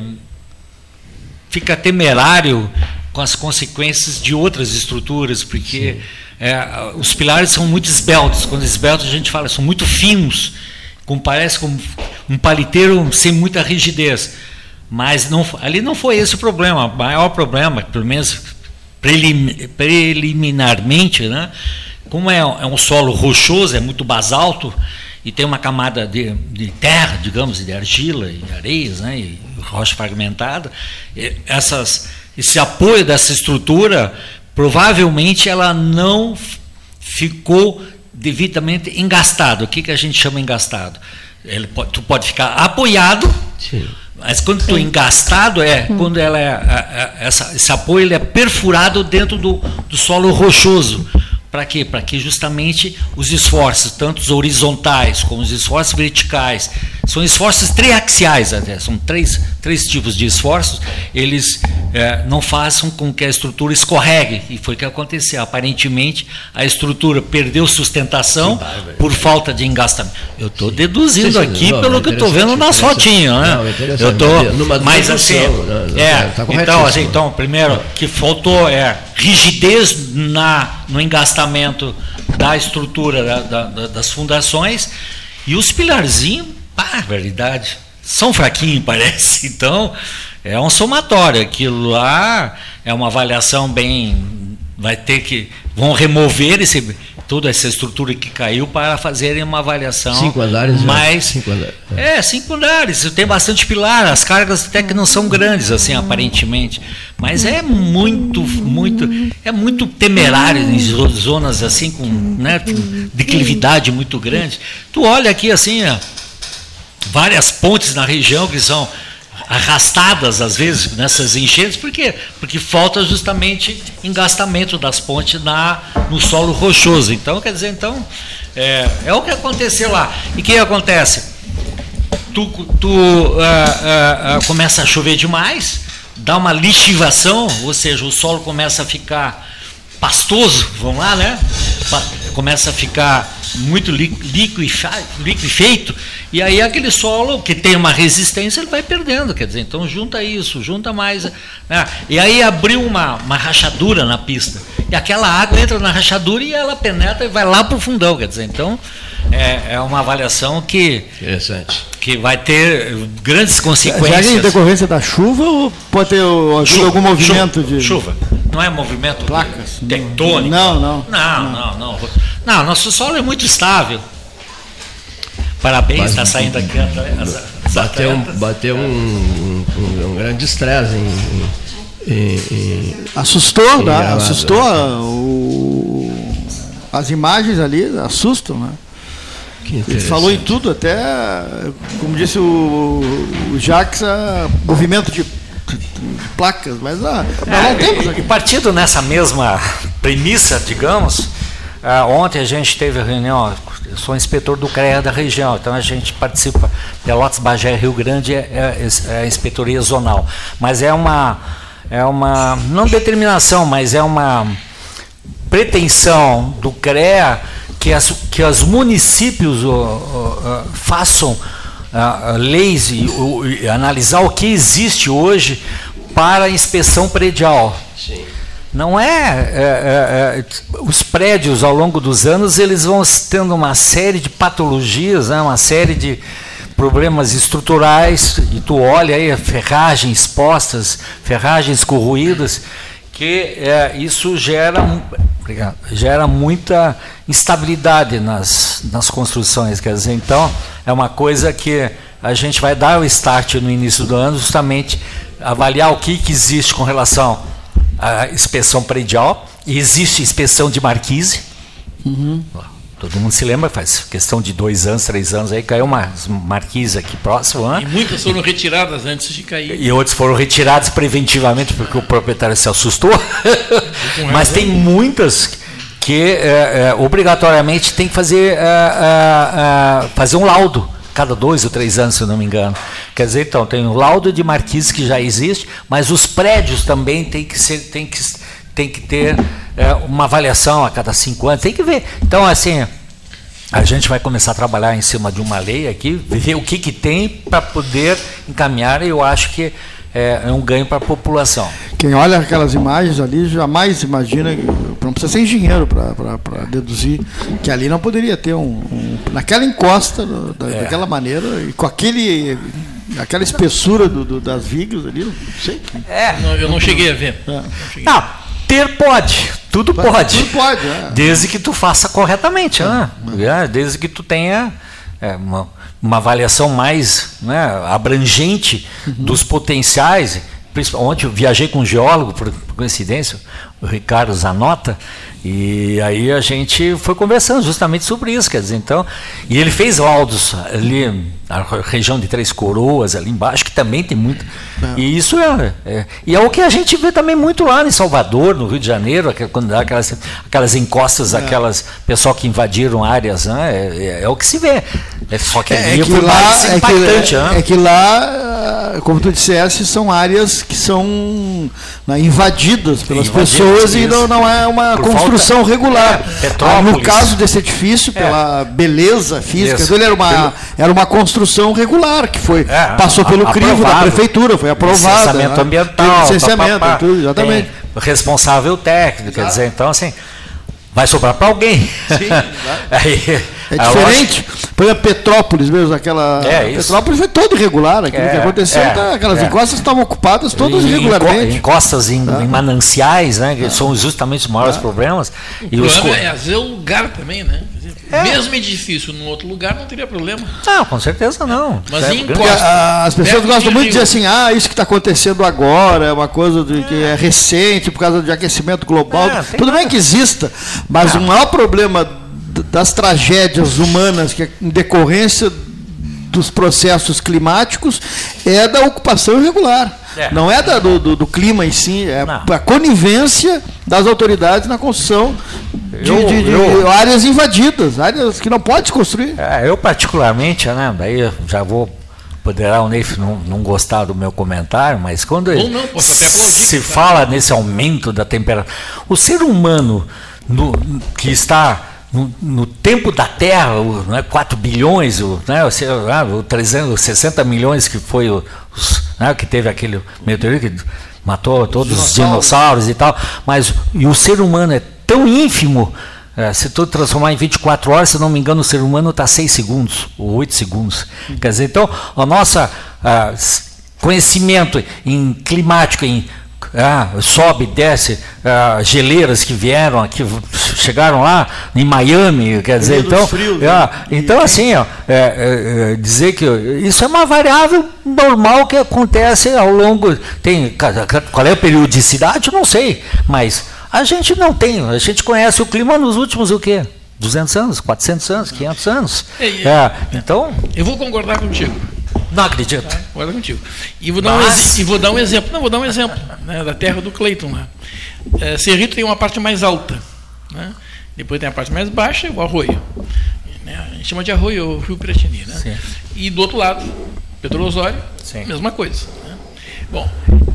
fica temerário com as consequências de outras estruturas, porque é, os pilares são muito esbeltos. Quando esbeltos a gente fala, são muito finos, como parece como um paliteiro sem muita rigidez. Mas não, ali não foi esse o problema. O maior problema, pelo menos preliminarmente, né, como é, é um solo rochoso, é muito basalto, e tem uma camada de, de terra, digamos, de argila e areias, né, e rocha fragmentada, essas, esse apoio dessa estrutura, provavelmente ela não ficou devidamente engastado. O que, que a gente chama engastado? Ele pode, tu pode ficar apoiado, sim, mas quando tu engastado é hum. quando ela é, a, a, essa, esse apoio ele é perfurado dentro do, do solo rochoso. Para quê? Para que justamente os esforços, tanto os horizontais como os esforços verticais, são esforços triaxiais até, são três, três tipos de esforços, eles é, não façam com que a estrutura escorregue, e foi o que aconteceu. Aparentemente, a estrutura perdeu sustentação por falta de engastamento. Eu estou deduzindo sim, sim, aqui não, pelo que eu estou vendo nas fotinhas, né? Eu estou, mas assim, não, é, tá então, assim, então, primeiro, que faltou é rigidez na, no engastamento da estrutura da, da, das fundações, e os pilarzinhos, pá, verdade, são fraquinhos, parece. Então é um somatório, aquilo lá é uma avaliação bem, vai ter que, vão remover esse, toda essa estrutura que caiu para fazerem uma avaliação. Cinco andares? Mais, cinco andares. É, cinco andares. Tem bastante pilar, as cargas até que não são grandes, assim, aparentemente. Mas é muito, muito, é muito temerário em zonas assim, com, né, declividade muito grande. Tu olha aqui assim, ó, várias pontes na região que são arrastadas às vezes nessas enchentes. Por quê? Porque falta justamente engastamento das pontes na, no solo rochoso. Então, quer dizer, então, é, é o que aconteceu lá. E o que acontece? Tu, tu uh, uh, uh, começa a chover demais, dá uma lixivação, ou seja, o solo começa a ficar pastoso, vamos lá, né? Começa a ficar muito liquefeito, e aí aquele solo que tem uma resistência, ele vai perdendo, quer dizer, então junta isso, junta mais, né? E aí abriu uma, uma rachadura na pista, e aquela água entra na rachadura e ela penetra e vai lá para o fundão, quer dizer, então é, é uma avaliação que, que vai ter grandes consequências. Já em decorrência da chuva ou pode ter chuva, algum movimento chuva, de... Chuva, não é movimento placas tectônico? Não, não. Não, não, não. Não, nosso solo é muito estável. Parabéns, está saindo aqui. As, as bateu um, bateu um, um, um grande estresse em, em, em, assustou, em né? assustou o, as imagens ali, assustam, né? Ele falou em tudo, até, como disse o, o Jacques, movimento de, de, de placas, mas ah, é, não temos aqui. E partindo nessa mesma premissa, digamos, ah, ontem a gente teve a reunião, eu sou inspetor do CREA da região, então a gente participa, Pelotas, Bagé, Rio Grande é, é, é a inspetoria zonal, mas é uma, é uma, não determinação, mas é uma pretensão do CREA que as, que os municípios uh, uh, façam uh, leis e uh, analisar o que existe hoje para a inspeção predial. Sim. Não é, é, é, os prédios ao longo dos anos eles vão tendo uma série de patologias, né, uma série de problemas estruturais, e tu olha aí ferragens expostas, ferragens corroídas, que é, isso gera, gera muita instabilidade nas, nas construções, quer dizer, então é uma coisa que a gente vai dar o start no início do ano, justamente avaliar o que, que existe com relação à inspeção predial, e existe inspeção de marquise, uhum. Todo mundo se lembra, faz questão de dois anos, três anos, aí caiu uma marquise aqui próximo. Hein? E muitas foram retiradas antes de cair. E outras foram retiradas preventivamente porque o proprietário se assustou. Mas tem muitas que é, é, obrigatoriamente tem que fazer, é, é, fazer um laudo, cada dois ou três anos, se eu não me engano. Quer dizer, então, tem um laudo de marquise que já existe, mas os prédios também tem que ser, tem que, tem que ter é, uma avaliação a cada cinco anos, tem que ver. Então, assim, a gente vai começar a trabalhar em cima de uma lei aqui, ver o que, que tem para poder encaminhar, e eu acho que é, é um ganho para a população. Quem olha aquelas imagens ali jamais imagina, não precisa ser engenheiro para deduzir que ali não poderia ter um, um naquela encosta, da, é. daquela maneira, e com aquele, aquela espessura do, do, das vigas ali, não sei. É. Não, eu não cheguei a ver. É. Não, cheguei. não, ter pode, tudo pode. Tudo pode, é. Desde que tu faça corretamente, é. Né? É. Desde que tu tenha é, uma, uma avaliação mais, né, abrangente, uhum, dos potenciais. Ontem eu viajei com um geólogo, por coincidência, o Ricardo Zanota, e aí a gente foi conversando justamente sobre isso, quer dizer, então, e ele fez laudos ali, na região de Três Coroas, ali embaixo, que também tem muito, é. e isso é, é, e é o que a gente vê também muito lá em Salvador, no Rio de Janeiro, quando dá aquelas, aquelas encostas, é. aquelas, pessoal que invadiram áreas, né, é, é, é o que se vê, é, só que ali é, é que lá, mais impactante. É que, é, é que lá, como tu disseste, são áreas que são, né, invadidas pelas invadidas, pessoas, isso. E não, não é uma por construção falta, regular. É, no caso desse edifício, é. pela beleza física, isso. ele era uma, era uma construção regular, que foi, é, passou pelo crivo da prefeitura, foi aprovada. Licenciamento, né, ambiental. Licenciamento, pá, pá, pá. Tudo, exatamente. Responsável técnico, quer dizer, então assim, vai sobrar para alguém. Sim, aí, é diferente. Por exemplo, Petrópolis mesmo, aquela. É, Petrópolis foi todo irregular. Aquilo é, que aconteceu, é, tá, aquelas é. encostas estavam ocupadas todas irregularmente. Encostas em, tá. em mananciais, né? Que tá. são justamente os maiores tá. problemas. O e problema os... é, às vezes, o lugar também, né? É. Mesmo edifício num outro lugar não teria problema. Não, com certeza não. Mas é, em encosta, as pessoas gostam muito de dizer assim, ah, isso que está acontecendo agora é uma coisa de, que é recente por causa de aquecimento global. É, Tudo bem que exista, mas é. o maior problema das tragédias humanas que é em decorrência dos processos climáticos é da ocupação irregular. É. Não é da, do, do, do clima em si, é não. a conivência das autoridades na construção de, eu, de, de eu, áreas invadidas, áreas que não pode se construir. É, eu particularmente, né, daí eu já vou, poderá o Neif não, não gostar do meu comentário, mas quando ele não, posso até aplaudir, se fala nesse aumento da temperatura, o ser humano no, que está No, no tempo da Terra, o, né, quatro bilhões, o, né, o, o trezentos, sessenta milhões que foi o, os, né, que teve aquele meteorito que matou todos os dinossauros. dinossauros e tal, mas e o ser humano é tão ínfimo, é, se tu transformar em vinte e quatro horas, se não me engano, o ser humano está seis segundos, ou oito segundos. Quer dizer, então, o nosso conhecimento em climático, em Ah, sobe, desce, ah, geleiras que vieram aqui, chegaram lá em Miami, quer dizer, então, frios, ah, né? então assim, ó, é, é, dizer que isso é uma variável normal que acontece ao longo, tem, qual é a periodicidade, não sei, mas a gente não tem, a gente conhece o clima nos últimos o quê? duzentos anos, quatrocentos anos, quinhentos anos, é, é, então... Eu vou concordar contigo. Não acredito. Tá, agora contigo. E vou, dar Mas... um e vou dar um exemplo. Não, vou dar um exemplo né, da terra do Cleiton lá. É, Cerrito tem uma parte mais alta. Né? Depois tem a parte mais baixa, o arroio. Né? A gente chama de arroio o Rio Piratini. Né? E do outro lado, Pedro Osório, Sim. mesma coisa. Né? Bom,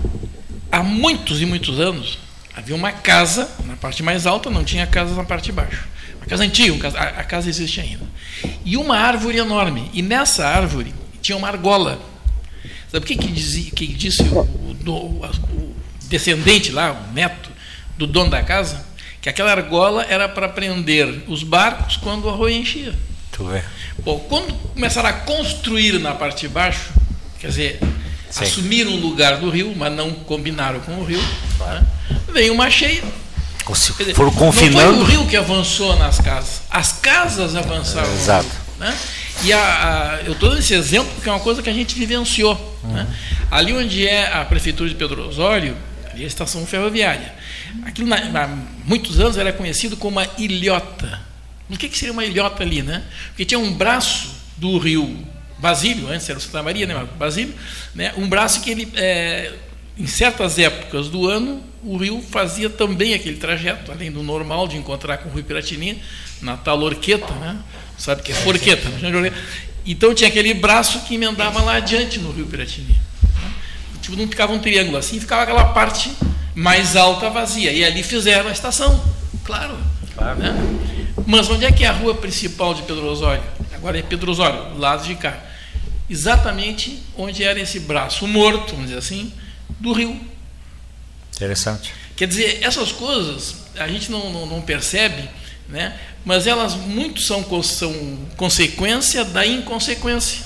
há muitos e muitos anos, havia uma casa na parte mais alta, não tinha casa na parte de baixo. Uma casa antiga, uma casa, a casa existe ainda. E uma árvore enorme. E nessa árvore tinha uma argola. Sabe o que, que, dizia, que disse o, o, o descendente lá, o neto do dono da casa? Que aquela argola era para prender os barcos quando o arroio enchia. Tu vê. Bom, quando começaram a construir na parte de baixo, quer dizer, Sim. assumiram o lugar do rio, mas não combinaram com o rio, né? Veio uma cheia. Quer dizer, foram confinando. Não foi o rio que avançou nas casas, as casas avançaram. Exato. Né? E a, a, eu estou dando esse exemplo porque é uma coisa que a gente vivenciou. Uhum. Né? Ali onde é a prefeitura de Pedro Osório, ali é a estação ferroviária. Aquilo, na, há muitos anos, era conhecido como uma ilhota. O que, que seria uma ilhota ali? Né? Porque tinha um braço do rio Basílio, antes era o Santa Maria, né? Basílio, né? Um braço que ele, é, em certas épocas do ano, o rio fazia também aquele trajeto, além do normal de encontrar com o Rio Piratini, na tal Orqueta, né? Sabe que é Forqueta. Então tinha aquele braço que emendava lá adiante no Rio Piratini. Tipo, não ficava um triângulo assim, ficava aquela parte mais alta vazia. E ali fizeram a estação, claro. claro. Né? Mas onde é que é a rua principal de Pedro Osório? Agora é Pedro Osório, do lado de cá. Exatamente onde era esse braço morto, vamos dizer assim, do rio. Interessante. Quer dizer, essas coisas a gente não, não, não percebe, né? Mas elas muito são, são consequência da inconsequência.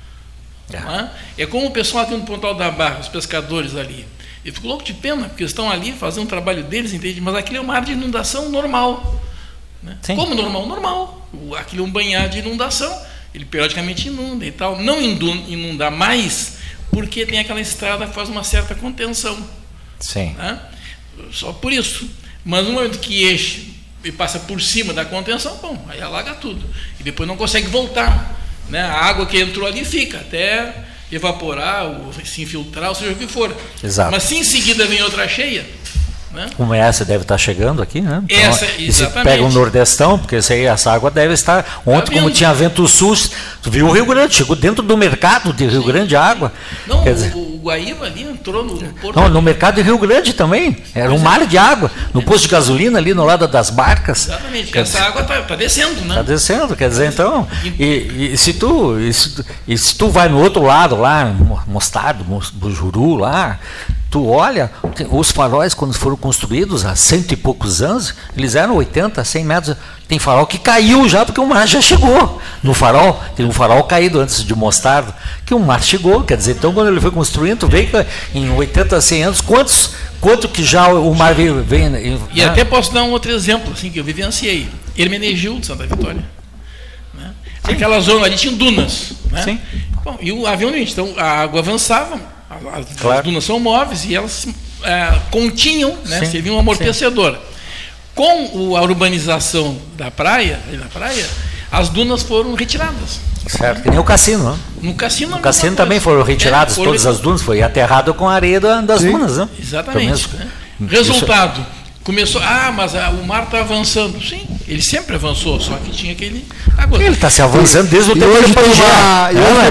É. Não é? É como o pessoal aqui no Pontal da Barra, os pescadores ali. Eu fico louco de pena, porque eles estão ali fazendo o trabalho deles, entende? Mas aquilo é uma área de inundação normal. Né? Como normal? Normal. Aquilo é um banhado de inundação. Ele periodicamente inunda e tal. Não inunda mais, porque tem aquela estrada que faz uma certa contenção. Sim. Né? Só por isso. Mas no momento que enche e passa por cima da contenção, bom, aí alaga tudo. E depois não consegue voltar. Né? A água que entrou ali fica até evaporar, ou se infiltrar, ou seja o que for. Exato. Mas se em seguida vem outra cheia, né? Como essa deve estar chegando aqui, né? Então, essa, e se pega o Nordestão, porque essa, aí, essa água deve estar. Ontem, tá como tinha vento sul, tu viu o Rio Grande, chegou dentro do mercado de Rio Sim. Grande a água. Não, Quer o, dizer, o Guaíba ali entrou no, no porto. Não, no mercado de Rio Grande também. Era um mar de água. No posto de gasolina ali no lado das barcas. Exatamente, quer essa dizer, água está tá descendo, né? Está descendo, quer dizer, então. E, e, se tu, e, se tu, e se tu vai no outro lado, lá, Mostardo, Bujuru, lá. Tu olha, os faróis, quando foram construídos há cento e poucos anos, eles eram oitenta, cem metros. Tem farol que caiu já, porque o mar já chegou no farol. Tem um farol caído antes de Mostarda, que o mar chegou. Quer dizer, então quando ele foi construindo, tu vê que em oitenta, cem anos, quantos, quanto que já o mar veio... veio né? E até posso dar um outro exemplo, assim, que eu vivenciei. Hermenegildo de Santa Vitória. Né? Aquela zona ali tinha dunas. Né? Sim. Bom, e o avião, então, a água avançava, as, claro. as dunas são móveis e elas é, continham, né, serviam um amortecedor. Sim. Com a urbanização da praia, ali na praia, as dunas foram retiradas. Certo, que nem o cassino, né? No cassino, no cassino também foram retiradas, é, foram todas as dunas, foi aterrado com a areia das Sim. dunas, né? Exatamente. Né? Resultado, começou, ah, mas a, o mar está avançando. Sim, ele sempre avançou, só que tinha aquele... Água. Ele está se avançando desde o tempo do Pangea.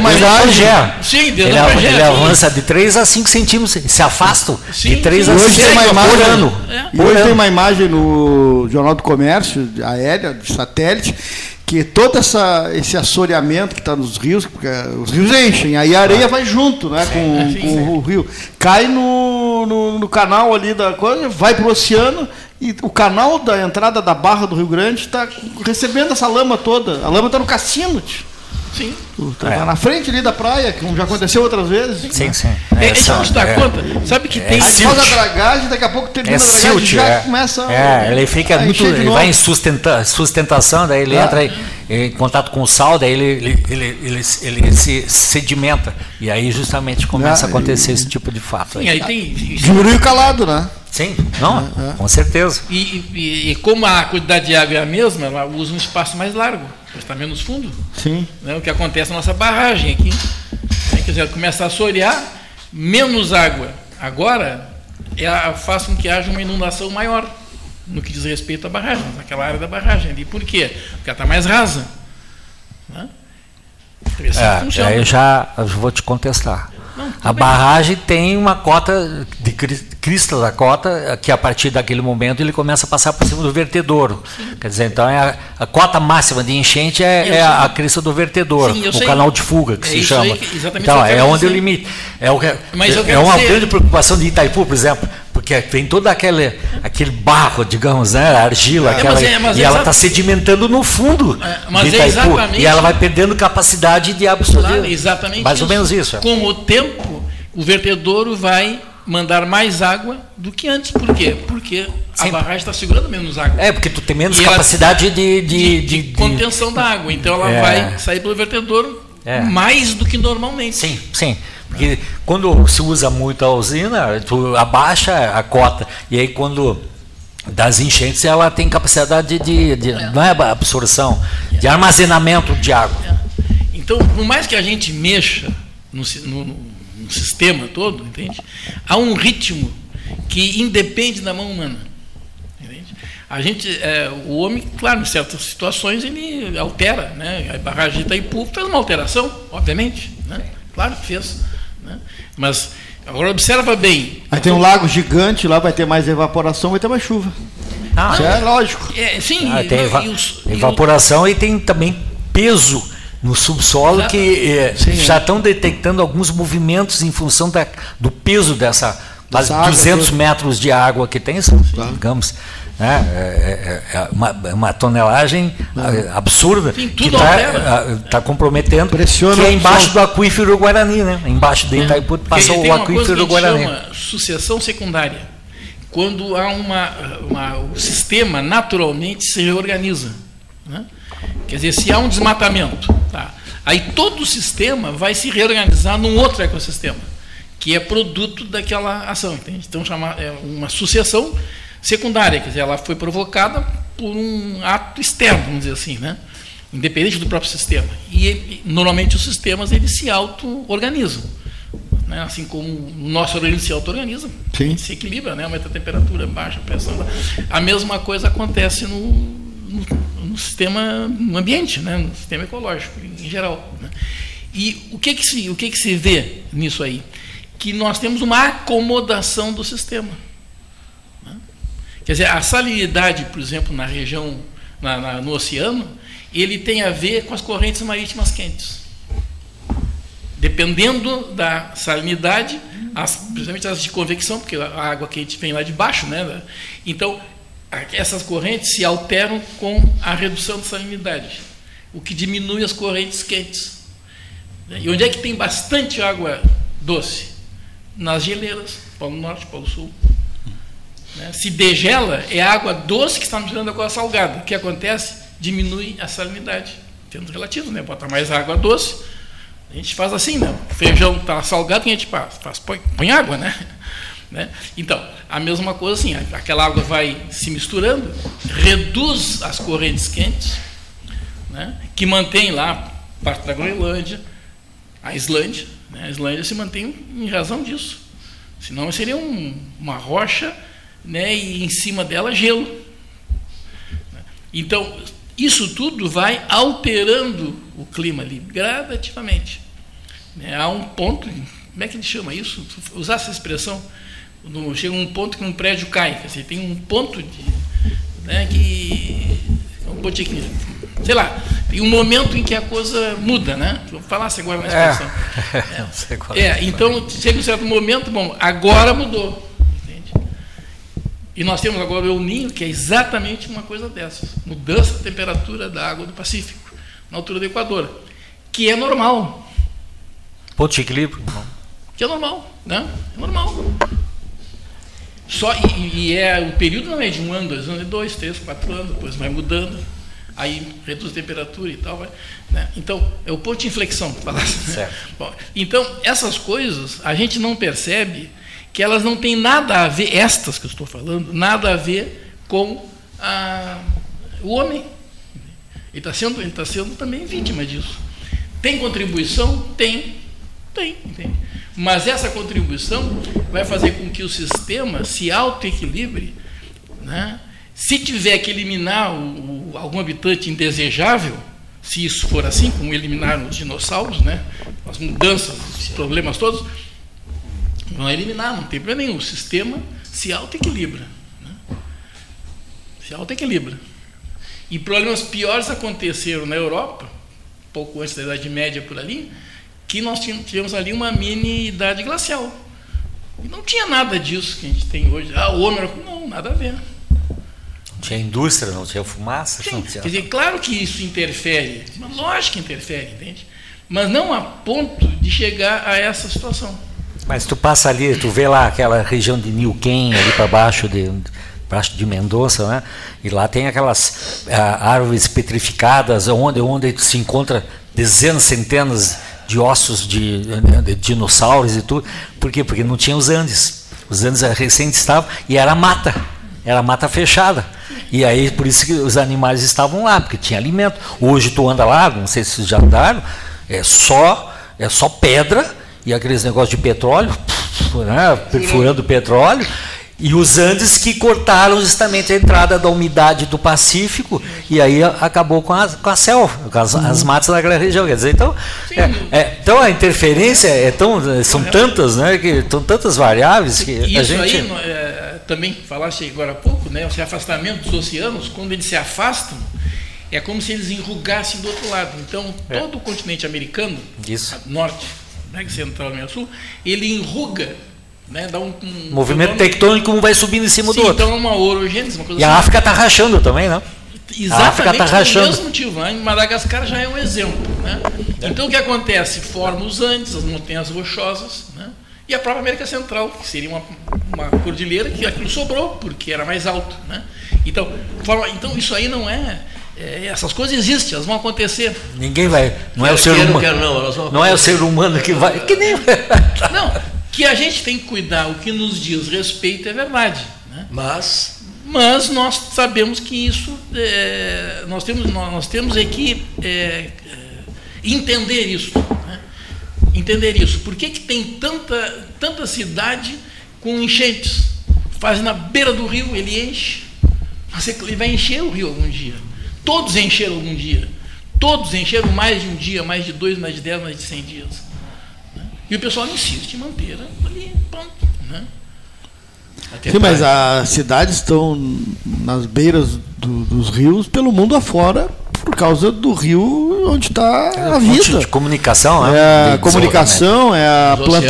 Sim, desde ele, o Pangea. Ele avança de três a cinco centímetros, se afasta sim, de três a cinco centímetros por ano. É. E hoje tem uma imagem no Jornal do Comércio, aérea, de satélite, que todo essa, esse assoreamento que está nos rios, porque os rios enchem, aí a areia vai junto, né, sim, com, é, sim, com sim. o rio. Cai no, no, no canal ali da coisa, vai para o oceano, e o canal da entrada da Barra do Rio Grande está recebendo essa lama toda. A lama está no cassino, tio. Sim. Está é. na frente ali da praia, como já aconteceu outras vezes. Sim, sim. É, a gente não se dá é, conta. Sabe que é, tem... Aí faz a dragagem, daqui a pouco termina é a dragagem silt, já é. começa... É, ele fica muito... Ele vai em sustenta, sustentação, daí ele é. entra em, em contato com o sal, daí ele, ele, ele, ele, ele se sedimenta. E aí justamente começa é, a acontecer e, esse tipo de fato. Sim, aí, aí tem... Juro calado, né? Sim, não, é, é. com certeza. E, e, e como a quantidade de água é a mesma, ela usa um espaço mais largo, está menos fundo. Sim. Né, o que acontece na nossa barragem aqui. Né, quer dizer, começa a assorear, menos água. Agora, é, faz com que haja uma inundação maior no que diz respeito à barragem, naquela área da barragem ali. Por quê? Porque ela está mais rasa. Né? É, aí eu já eu vou te contestar. Não, a bem. barragem tem uma cota de crista da cota, que a partir daquele momento ele começa a passar por cima do vertedouro. Sim. Quer dizer, então é a, a cota máxima de enchente é, é a, a crista do vertedouro, Sim, o sei. canal de fuga que é se chama. Que, então é onde dizer. o limite. É, o, é, é uma dizer. grande preocupação de Itaipu, por exemplo, porque tem todo aquele, aquele barro, digamos, né, argila, é, aquela, mas é, mas e é ela está sedimentando no fundo é, mas de Itaipu, é e ela vai perdendo capacidade de absorver. Claro, exatamente mais isso. ou menos isso. Com o tempo, o vertedouro vai mandar mais água do que antes. Por quê? Porque Sim. a barragem está segurando menos água. É, porque tu tem menos e capacidade de, de, de, de, de contenção da água. Então ela é. vai sair pelo vertedouro é. mais do que normalmente. Sim, sim. Porque quando se usa muito a usina, tu abaixa a cota. E aí quando das enchentes ela tem capacidade de, de é. não é absorção, é. de armazenamento de água. É. Então, por mais que a gente mexa no, no, no sistema todo, entende? Há um ritmo que independe da mão humana. Entende? A gente, é, o homem, claro, em certas situações ele altera, né? A barragem de Itaipu fez uma alteração, obviamente, né? Claro que fez, né? Mas agora observa bem. Aí tem um lago gigante, lá vai ter mais evaporação, vai ter mais chuva. Ah, Isso é lógico. É, sim. Ah, tem eva e os, evaporação e, o... e tem também peso no subsolo. Exato. Que é, já estão detectando alguns movimentos em função da, do peso dessa quase duzentos metros de água que tem, digamos, né? é, é, é uma, uma tonelagem é. absurda. Sim, que está tá comprometendo. Pressiona que é embaixo do aquífero Guarani, né? Embaixo de Itaipu passa o aquífero Guarani. Chama sucessão secundária. Quando há uma, uma, o sistema naturalmente se reorganiza, né? Quer dizer, se há um desmatamento, tá? Aí todo o sistema vai se reorganizar num outro ecossistema, que é produto daquela ação, entende? Então, chama, é uma sucessão secundária, quer dizer, ela foi provocada por um ato externo, vamos dizer assim, né? Independente do próprio sistema. E ele, normalmente os sistemas eles se auto-organizam, né? Assim como o nosso organismo se auto-organiza, se equilibra, né? Aumenta a temperatura, baixa a pressão. A mesma coisa acontece no, no, no sistema, no ambiente, né? No sistema ecológico em geral, né? E o que que se, o que que se vê nisso aí? Que nós temos uma acomodação do sistema. Né? Quer dizer, a salinidade, por exemplo, na região, na, na, no oceano, ele tem a ver com as correntes marítimas quentes. Dependendo da salinidade, as, principalmente as de convecção, porque a água quente vem lá de baixo, né? Então, essas correntes se alteram com a redução da salinidade, o que diminui as correntes quentes. E onde é que tem bastante água doce? Nas geleiras, Polo Norte, Polo Sul. Se degela, é a água doce que está misturando com a salgada. O que acontece? Diminui a salinidade. Tendo relativo, né? Bota mais água doce. A gente faz assim, né? O feijão está salgado, que a gente faz? faz põe, põe água, né? né? Então, a mesma coisa assim, aquela água vai se misturando, reduz as correntes quentes, né? Que mantém lá parte da Groenlândia, a Islândia, né? A Islândia se mantém em razão disso. Senão seria um, uma rocha, né? E em cima dela gelo. Então, isso tudo vai alterando o clima ali, gradativamente. Né? Há um ponto, como é que ele chama isso? Usar essa expressão, no, chega um ponto que um prédio cai, quer dizer, tem um ponto de, né, que, um ponto de, sei lá, tem um momento em que a coisa muda, né? Vou falar agora uma expressão. É, é, é, então, chega um certo momento, bom, agora mudou. E nós temos agora o El Niño, que é exatamente uma coisa dessas. Mudança da temperatura da água do Pacífico, na altura do Equador. Que é normal. Ponto de equilíbrio. Que é normal, né? É normal. Só, e, e é, o período não é de um ano, dois anos, é dois, três, quatro anos, depois vai mudando, aí reduz a temperatura e tal. Vai, né? Então, é o ponto de inflexão. Falar assim, né? Bom, então, essas coisas a gente não percebe que elas não têm nada a ver, estas que eu estou falando, nada a ver com a, o homem. Ele está sendo, ele tá sendo também vítima disso. Tem contribuição? Tem. Tem, entende? Mas essa contribuição vai fazer com que o sistema se autoequilibre, né? Se tiver que eliminar o, o, algum habitante indesejável, se isso for assim, como eliminaram os dinossauros, né? As mudanças, os problemas todos, vão eliminar, não tem problema nenhum. O sistema se autoequilibra. Né? Se autoequilibra. E problemas piores aconteceram na Europa, pouco antes da Idade Média por ali, que nós tivemos ali uma mini idade glacial. E não tinha nada disso que a gente tem hoje. Ah, o homem era... Não, nada a ver. Não tinha indústria, não tinha fumaça. Sim, não tinha... Quer dizer, claro que isso interfere, mas lógico que interfere, entende? Mas não a ponto de chegar a essa situação. Mas tu passa ali, tu vê lá aquela região de Neuquén, ali para baixo de, baixo de Mendoza, né? E lá tem aquelas ah, árvores petrificadas, onde, onde se encontra dezenas, centenas de ossos de, de dinossauros e tudo. Por quê? Porque não tinha os Andes. Os Andes recentes estavam, e era mata, era mata fechada. E aí, por isso que os animais estavam lá, porque tinha alimento. Hoje tu anda lá, não sei se vocês já andaram, é só, é só pedra, e aqueles negócios de petróleo, né, perfurando petróleo, e os Andes que cortaram justamente a entrada da umidade do Pacífico, e aí acabou com a, com a selva, com as, as matas daquela região. Quer dizer, então, é, é, então a interferência é tão, são tantas, né, que são tantas variáveis que isso a gente... aí é, também falaste agora há pouco, né, o afastamento dos oceanos, quando eles se afastam, é como se eles enrugassem do outro lado. Então, todo é. o continente americano, Isso. norte, central e sul, ele enruga, né, dá um, um movimento um, tectônico, um vai subindo em cima sim, do outro. Então é uma orogênese, uma coisa e assim. A África está rachando também, não? Exatamente, a África tá rachando. pelo mesmo motivo. Né? Madagascar já é um exemplo. Né? É. Então o que acontece? Forma os Andes, as montanhas rochosas, né? E a própria América Central, que seria uma, uma cordilheira que aquilo sobrou, porque era mais alto. Né? Então, forma, então isso aí não é... É, essas coisas existem, elas vão acontecer. Ninguém vai. Não é o ser humano. Quero, não, não é o ser humano que vai. Que nem. Não, que a gente tem que cuidar, o que nos diz respeito é verdade. Né? Mas. Mas nós sabemos que isso. É, nós, temos, nós, nós temos é que é, é, entender isso. Né? Entender isso. Por que, que tem tanta, tanta cidade com enchentes? Faz na beira do rio, ele enche. Mas ele vai encher o rio algum dia. Todos encheram algum dia. Todos encheram mais de um dia, mais de dois, mais de dez, mais de cem dias. Né? E o pessoal insiste em manter ali, pronto. Né? Sim, mas as cidades estão nas beiras do, dos rios, pelo mundo afora, por causa do rio onde está é, a vida. De comunicação, né? É a comunicação, é a planta.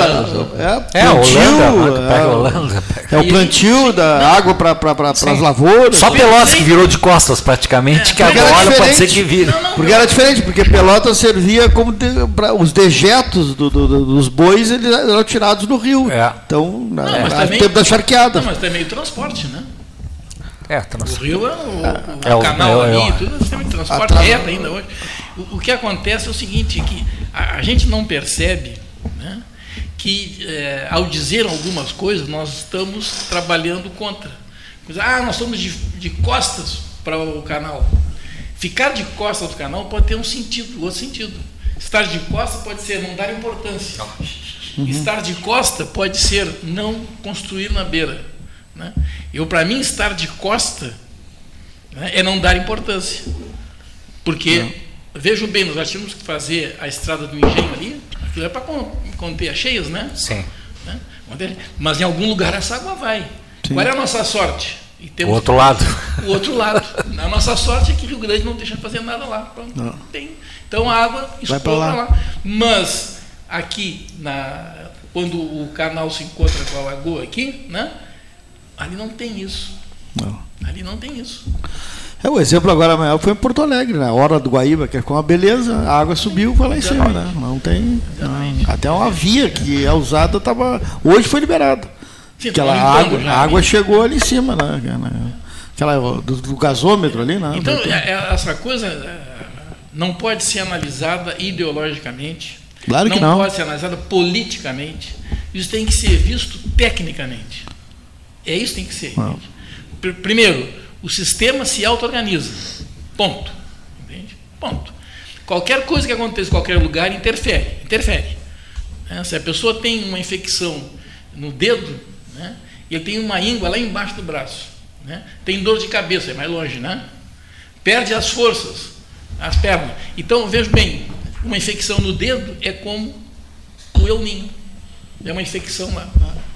É, é, plantio, Holanda, é, pega Holanda, pega. é o plantio da não, água para pra, as lavouras. Só Pelotas que virou de costas praticamente, é, que agora pode ser que vire. Não, não, porque era diferente, porque Pelotas servia como de, pra, os dejetos do, do, do, dos bois eles eram tirados no rio. É. Então, não, na, mas no também, tempo da charqueada. Não, mas também o transporte, né? É, trans... O rio é o, é, o canal é, ali, é, é, tudo é sistema de transporte reto ainda hoje. O, o que acontece é o seguinte, que a, a gente não percebe, né, que é, ao dizer algumas coisas nós estamos trabalhando contra. Ah, nós estamos de, de costas para o canal. Ficar de costas do canal pode ter um sentido, outro sentido. Estar de costas pode ser não dar importância. Uhum. Estar de costa pode ser não construir na beira. Né? Eu, para mim, estar de costa, né, é não dar importância. Porque, não. Vejam bem, nós tínhamos que fazer a estrada do Engenho ali, aquilo é para conter as cheias, né? Sim. Né? Mas em algum lugar essa água vai. Sim. Qual é a nossa sorte? E temos o outro que... lado. O outro lado. A nossa sorte é que Rio Grande não deixa de fazer nada lá. Pronto, não. Tem. Então a água escoa para lá. lá. Mas aqui, na, quando o canal se encontra com a lagoa aqui, né? Ali não tem isso. Não. Ali não tem isso. É, o exemplo agora maior foi em Porto Alegre, na hora do Guaíba, que é com uma beleza, a água subiu foi lá em cima, né? Não tem. Não. Até uma via que é usada estava. Hoje foi liberada. Sim, aquela água, já, a água chegou ali em cima, né? Aquela, do, do gasômetro ali, né? Então, essa coisa não pode ser analisada ideologicamente. Claro que não. Não pode ser analisada politicamente. Isso tem que ser visto tecnicamente. É isso que tem que ser. Primeiro, o sistema se auto-organiza. Ponto. Entende? Ponto. Qualquer coisa que aconteça em qualquer lugar interfere. Interfere. É, se a pessoa tem uma infecção no dedo, né, e ele tem uma íngua lá embaixo do braço, né, tem dor de cabeça, é mais longe, né? Perde as forças, as pernas. Então, veja bem, uma infecção no dedo é como o El Ninho. É uma infecção lá.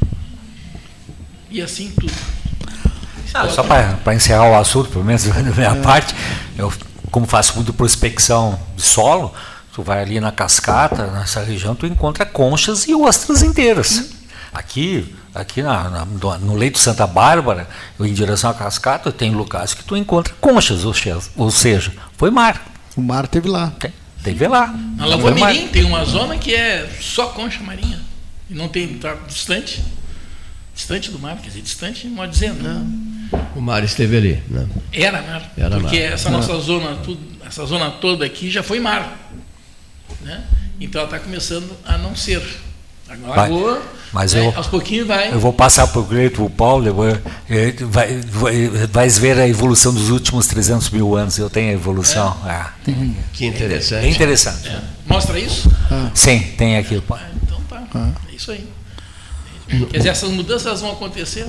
E assim tudo. Ah, só para encerrar o assunto, pelo menos da minha é. parte, eu, como faço muito prospecção de solo, tu vai ali na cascata, nessa região, tu encontra conchas e ostras inteiras. Hum. Aqui, aqui na, na, no leito Santa Bárbara, eu, em direção à cascata, tem lugares que tu encontra conchas, ou seja, ou seja foi mar. O mar teve lá. Tem, teve lá. Na Lagoa Mirim tem uma zona que é só concha marinha. E não tem, está distante. Distante do mar, quer dizer, distante, não pode dizer, não. O mar esteve ali, né? Era mar, Era porque mar. essa nossa zona, tudo, essa zona toda aqui já foi mar, né? Então ela está começando a não ser. A lagoa, mas né, eu, aos pouquinhos vai. Eu vou passar para o Greito, o Paulo, vai, vai, vais ver a evolução dos últimos trezentos mil anos. Eu tenho a evolução. É. Ah. Que interessante. É interessante. É. Mostra isso? Ah. Sim, tem aqui. Ah, então tá, ah. é isso aí. Quer dizer, essas mudanças vão acontecer.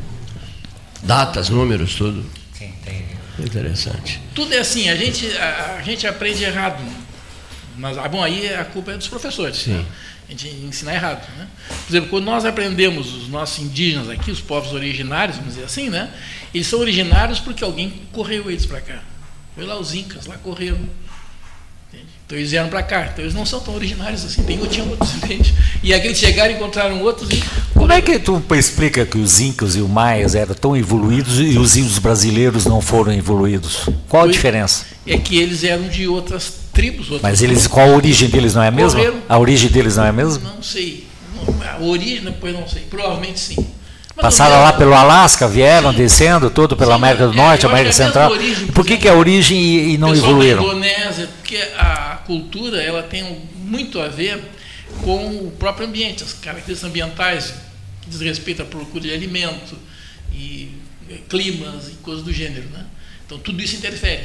Datas, números, tudo. Sim, tem. Interessante. Tudo é assim, a gente, a, a gente aprende errado. Mas, ah, bom, aí a culpa é dos professores. Sim. Né? A gente ensina errado. Né? Por exemplo, quando nós aprendemos os nossos indígenas aqui, os povos originários, vamos dizer assim, né? Eles são originários porque alguém correu eles para cá. Foi lá os incas, lá correram. Entende? Então eles vieram para cá. Então eles não são tão originários assim, tem tinha outros, entende? E aqueles chegaram e encontraram outros e... Como é que tu explica que os incas e os maias eram tão evoluídos e os índios brasileiros não foram evoluídos? Qual a Foi, diferença? É que eles eram de outras tribos. Outras Mas eles, qual a origem deles não é a mesma? Correram. A origem deles não é a mesma? Não sei. A origem, depois não sei. Provavelmente sim. Mas passaram lá pelo Alasca, vieram sim. descendo todo pela sim, América do Norte, é, América Central. Origem, por que, que é a origem e, e não evoluíram? Da Indonésia, porque a cultura ela tem muito a ver com o próprio ambiente, as características ambientais que diz respeito à procura de alimento e climas e coisas do gênero, né? Então tudo isso interfere.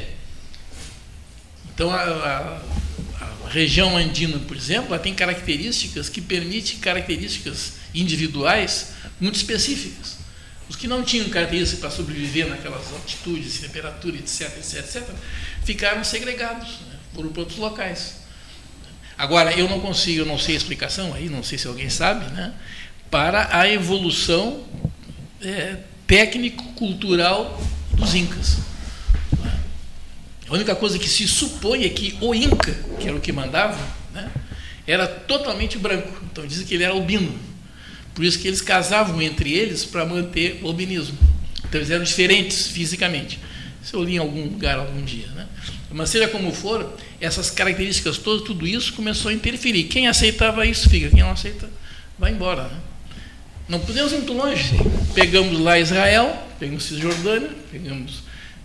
Então a, a, a região andina, por exemplo, ela tem características que permitem características individuais muito específicas. Os que não tinham características para sobreviver naquelas altitudes, temperatura, etc, etc, etc, ficaram segregados, né? Foram para outros locais. Agora, eu não consigo, eu não sei a explicação aí, não sei se alguém sabe, né, para a evolução é, técnico-cultural dos incas. A única coisa que se supõe é que o Inca, que era o que mandava, né, era totalmente branco. Então dizem que ele era albino. Por isso que eles casavam entre eles para manter o albinismo. Então eles eram diferentes fisicamente. Isso eu li em algum lugar algum dia, né? Mas seja como for, essas características todas, tudo isso começou a interferir. Quem aceitava isso fica, quem não aceita vai embora, né? Não podemos ir muito longe. Pegamos lá Israel, pegamos Cisjordânia, pegamos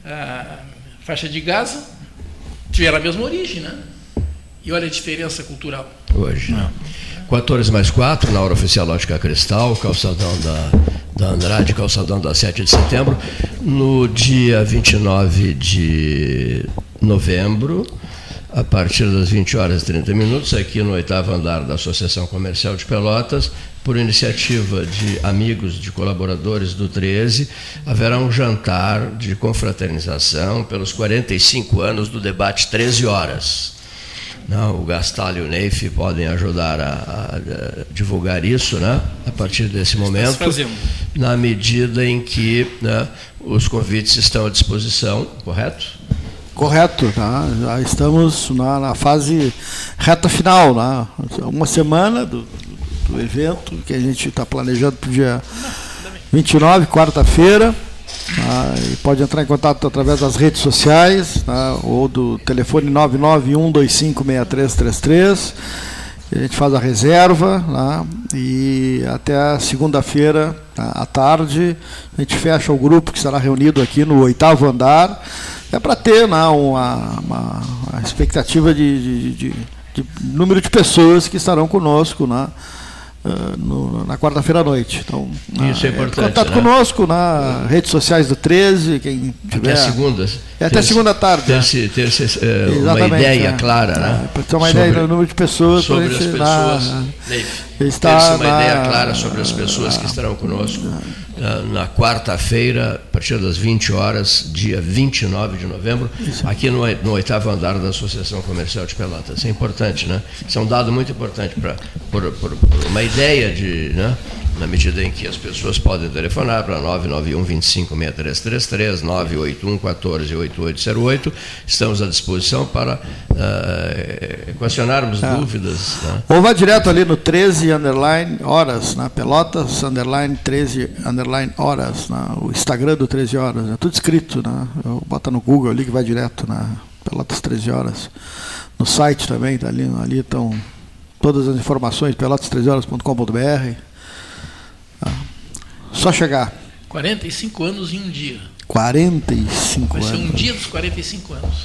a faixa de Gaza, tiveram a mesma origem, né? E olha a diferença cultural. Hoje. Não. quatorze mais quatro, na hora oficial Ótica Cristal, calçadão da, da Andrade, calçadão da sete de setembro. No dia vinte e nove de novembro, a partir das vinte horas e trinta minutos, aqui no oitavo andar da Associação Comercial de Pelotas, por iniciativa de amigos, de colaboradores do treze, haverá um jantar de confraternização pelos quarenta e cinco anos do debate treze horas. Não, o Gastal e o Neif podem ajudar a, a, a divulgar isso, né, a partir desse momento, na medida em que, né, os convites estão à disposição, correto? Correto, tá? Já estamos na, na fase reta final, né? Uma semana do, do evento que a gente está planejando para o dia vinte e nove, quarta-feira. Ah, e pode entrar em contato através das redes sociais, tá, ou do telefone nove nove um dois cinco seis três três três. A gente faz a reserva, tá, e até segunda-feira, tá, à tarde a gente fecha o grupo que estará reunido aqui no oitavo andar. É para ter, né, uma, uma, uma expectativa de, de, de, de número de pessoas que estarão conosco, né, Uh, no, na quarta-feira à noite. Então, isso uh, é importante. Contato, né, conosco nas redes sociais do treze, quem tiver. Até segunda. É até segunda tarde. Ter, se, ter se, uh, uma ideia é, clara, é, né? Para ter uma sobre, ideia do número de pessoas. Sobre as pessoas. Na, está ter uma na, ideia clara sobre as pessoas na, que estarão conosco. Na, na quarta-feira, a partir das vinte horas, dia vinte e nove de novembro, isso, aqui no, no oitavo andar da Associação Comercial de Pelotas. Isso é importante, né? Isso é um dado muito importante para por, por, por uma ideia de, né, na medida em que as pessoas podem telefonar para nove nove um dois cinco seis três três três, nove oito um um quatro oito oito zero oito. Estamos à disposição para uh, questionarmos é. dúvidas. Né? Ou vá direto ali no treze underline horas, na Pelotas, underline treze underline horas, na, o Instagram do treze horas. É tudo escrito, né? Bota no Google ali que vai direto na Pelotas treze horas. No site também, tá ali, ali estão todas as informações, pelotas treze horas ponto com ponto b r. Só chegar. quarenta e cinco anos em um dia. quarenta e cinco anos. Vai ser um dia dos quarenta e cinco anos.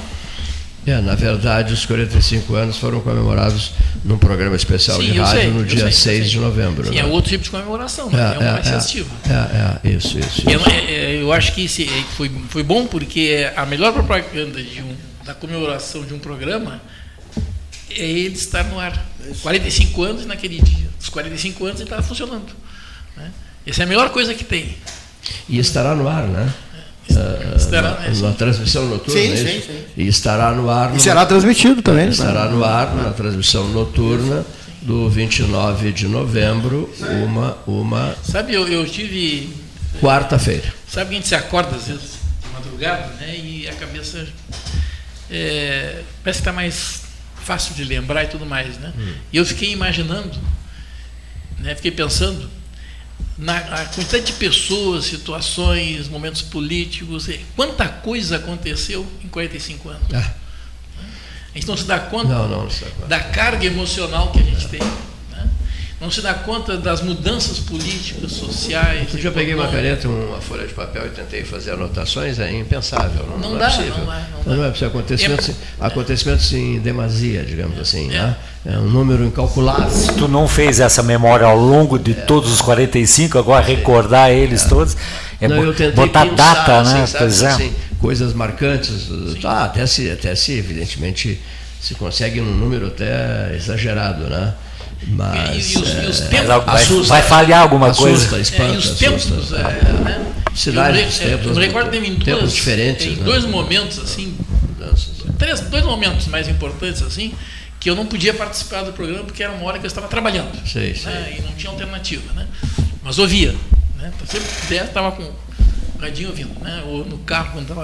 É, na verdade, os quarenta e cinco anos foram comemorados num programa especial Sim, de rádio sei, no dia sei, seis de novembro. Sim, né? é outro tipo de comemoração, né? é, é, é mais festivo. É, é, isso, isso. isso. Eu, é, eu acho que esse foi, foi bom porque a melhor propaganda de um, da comemoração de um programa é ele estar no ar. quarenta e cinco anos naquele dia. Os quarenta e cinco anos ele estava funcionando. Né? Essa é a melhor coisa que tem. E estará no ar, né? Uh, estará, na, é, na transmissão noturna, sim, sim, sim. E estará no ar. E será transmitido também. É, estará no ar na transmissão noturna do vinte e nove de novembro, uma. uma sabe, eu, eu tive. Quarta-feira. Sabe que a gente se acorda às vezes de madrugada, né? E a cabeça é, parece que está mais fácil de lembrar e tudo mais, né? Hum. E eu fiquei imaginando, né? Fiquei pensando na a quantidade de pessoas, situações, momentos políticos, quanta coisa aconteceu em quarenta e cinco anos. Ah. A gente não se dá conta, não, não, não se dá conta da carga emocional que a gente tem. Né? Não se dá conta das mudanças políticas, sociais. Eu já peguei uma caneta, uma folha de papel e tentei fazer anotações, é impensável. Não, não, não dá, é possível. Não, dá, não, não, não é possível. Acontecimentos, é, acontecimentos em demasia, digamos é, assim. É. Né? É um número incalculável. Se tu não fez essa memória ao longo de é. todos os quarenta e cinco, agora recordar eles é. todos, é não, eu tentei botar pensar, data, assim, né? Sabe, pois é. assim, coisas marcantes. Ah, até, se, até se, evidentemente, se consegue um número até exagerado, né? Mas, e, e os, é, e os tempos, vai, assusta, vai falhar alguma assusta, coisa. Espanta, é, e os tempos, assusta, é, é, né? Cidade, os tempos, eu me recordo em duas, tempos diferentes, em né? dois momentos assim, três, dois momentos mais importantes assim, que eu não podia participar do programa porque era uma hora que eu estava trabalhando, sei, né? sei. E não tinha alternativa, né? Mas ouvia, né? Sempre estava com o radinho ouvindo, né? Ou no carro quando estava indo para o bloco.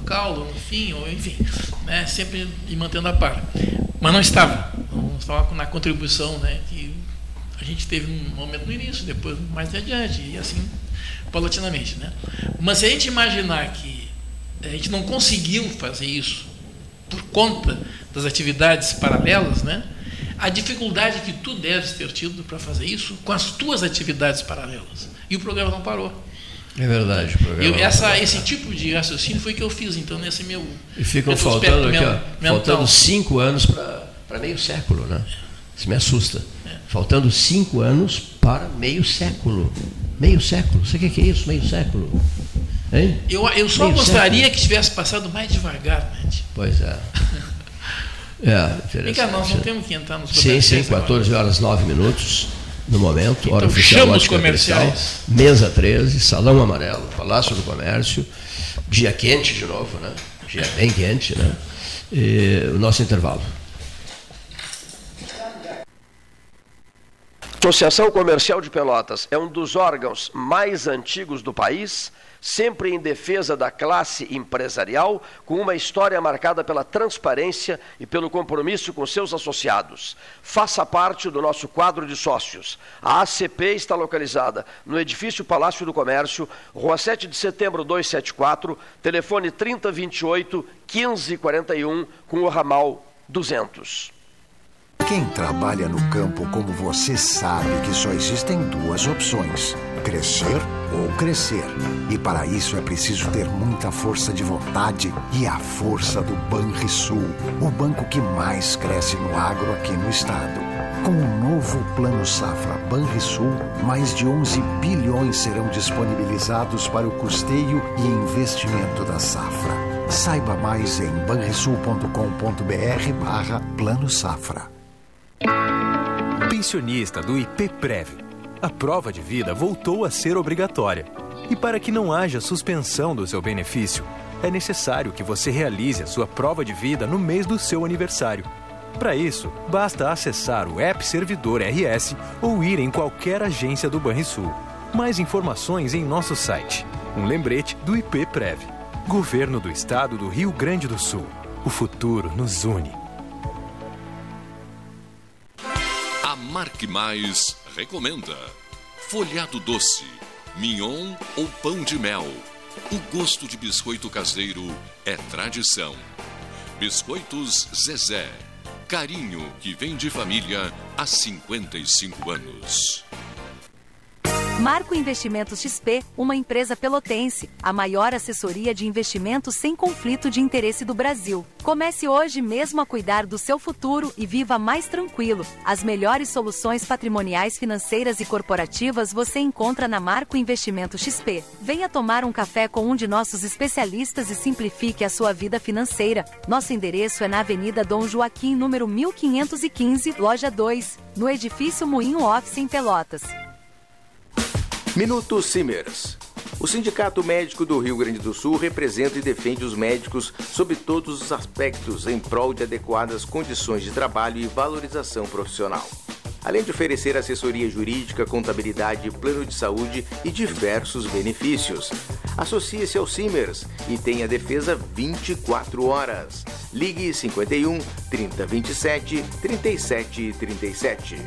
caule, no fim, ou enfim, né, sempre ir mantendo a par. Mas não estava, não estava na contribuição, né, que a gente teve num momento no início, depois mais adiante, e assim, paulatinamente, né. Mas se a gente imaginar que a gente não conseguiu fazer isso por conta das atividades paralelas, né, a dificuldade que tu deves ter tido para fazer isso com as tuas atividades paralelas. E o programa não parou. É verdade. O programa eu, essa, esse tipo de raciocínio foi que eu fiz, então, nesse meu. E ficam faltando, aqui, ó, faltando cinco anos para meio século, né? Isso me assusta. É. Faltando cinco anos para meio século. Meio século. Você o que é isso, meio século? Hein? Eu, eu só meio gostaria século. que tivesse passado mais devagar, né? Pois é. É, Vem cá, nós não temos que entrar nos comerciais. Sim, sim, quatorze horas, nove minutos. No momento, então, hora oficial, chama os comerciais. Mesa treze, Salão Amarelo, Palácio do Comércio, dia quente de novo, né? Dia bem quente, né? E o nosso intervalo. A Associação Comercial de Pelotas é um dos órgãos mais antigos do país, sempre em defesa da classe empresarial, com uma história marcada pela transparência e pelo compromisso com seus associados. Faça parte do nosso quadro de sócios. A A C P está localizada no edifício Palácio do Comércio, Rua sete de setembro duzentos e setenta e quatro, telefone trinta, vinte e oito, quinze, quarenta e um, com o ramal duzentos. Quem trabalha no campo como você sabe que só existem duas opções: crescer ou crescer. E para isso é preciso ter muita força de vontade e a força do Banrisul, o banco que mais cresce no agro aqui no estado. Com o novo Plano Safra Banrisul, mais de onze bilhões serão disponibilizados para o custeio e investimento da safra. Saiba mais em banrisul ponto com ponto br barra Plano Safra. Pensionista do I P Prev. A prova de vida voltou a ser obrigatória. E para que não haja suspensão do seu benefício, é necessário que você realize a sua prova de vida no mês do seu aniversário. Para isso, basta acessar o App Servidor R S ou ir em qualquer agência do Banrisul. Mais informações em nosso site. Um lembrete do I P Prev. Governo do Estado do Rio Grande do Sul. O futuro nos une. A Marque Mais recomenda folhado doce, mignon ou pão de mel. O gosto de biscoito caseiro é tradição. Biscoitos Zezé, carinho que vem de família há cinquenta e cinco anos. Marco Investimentos X P, uma empresa pelotense, a maior assessoria de investimentos sem conflito de interesse do Brasil. Comece hoje mesmo a cuidar do seu futuro e viva mais tranquilo. As melhores soluções patrimoniais, financeiras e corporativas você encontra na Marco Investimentos X P. Venha tomar um café com um de nossos especialistas e simplifique a sua vida financeira. Nosso endereço é na Avenida Dom Joaquim, número mil quinhentos e quinze, loja dois, no edifício Moinho Office, em Pelotas. Minuto Simers. O Sindicato Médico do Rio Grande do Sul representa e defende os médicos sob todos os aspectos em prol de adequadas condições de trabalho e valorização profissional. Além de oferecer assessoria jurídica, contabilidade, plano de saúde e diversos benefícios. Associe-se ao Simers e tenha defesa vinte e quatro horas. Ligue cinquenta e um, trinta, vinte e sete, trinta e sete, trinta e sete.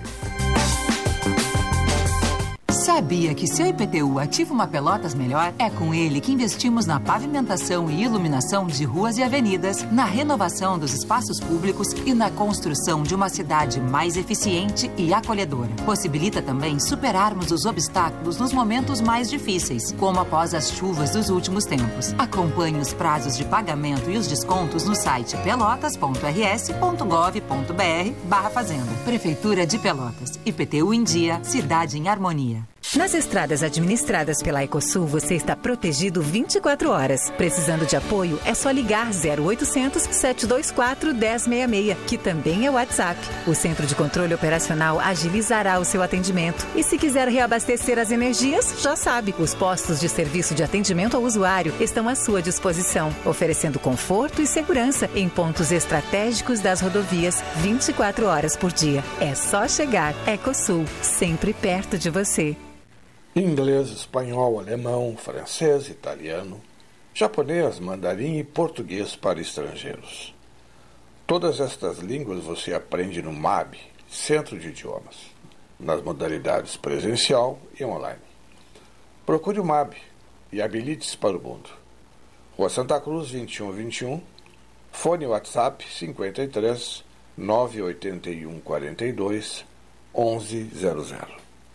Sabia que seu I P T U ativa uma Pelotas melhor? É com ele que investimos na pavimentação e iluminação de ruas e avenidas, na renovação dos espaços públicos e na construção de uma cidade mais eficiente e acolhedora. Possibilita também superarmos os obstáculos nos momentos mais difíceis, como após as chuvas dos últimos tempos. Acompanhe os prazos de pagamento e os descontos no site pelotas ponto r s ponto gov ponto b r barra fazenda. Prefeitura de Pelotas. I P T U em dia, cidade em harmonia. Nas estradas administradas pela Ecosul, você está protegido vinte e quatro horas. Precisando de apoio, é só ligar zero oitocentos, sete dois quatro, um zero seis seis, que também é o WhatsApp. O Centro de Controle Operacional agilizará o seu atendimento. E se quiser reabastecer as energias, já sabe, os postos de serviço de atendimento ao usuário estão à sua disposição, oferecendo conforto e segurança em pontos estratégicos das rodovias vinte e quatro horas por dia. É só chegar. Ecosul, sempre perto de você. Inglês, espanhol, alemão, francês, italiano, japonês, mandarim e português para estrangeiros. Todas estas línguas você aprende no M A B, Centro de Idiomas, nas modalidades presencial e online. Procure o M A B e habilite-se para o mundo. Rua Santa Cruz, vinte e um vinte e um, fone WhatsApp cinquenta e três, nove oito um, quarenta e dois, onze zero zero.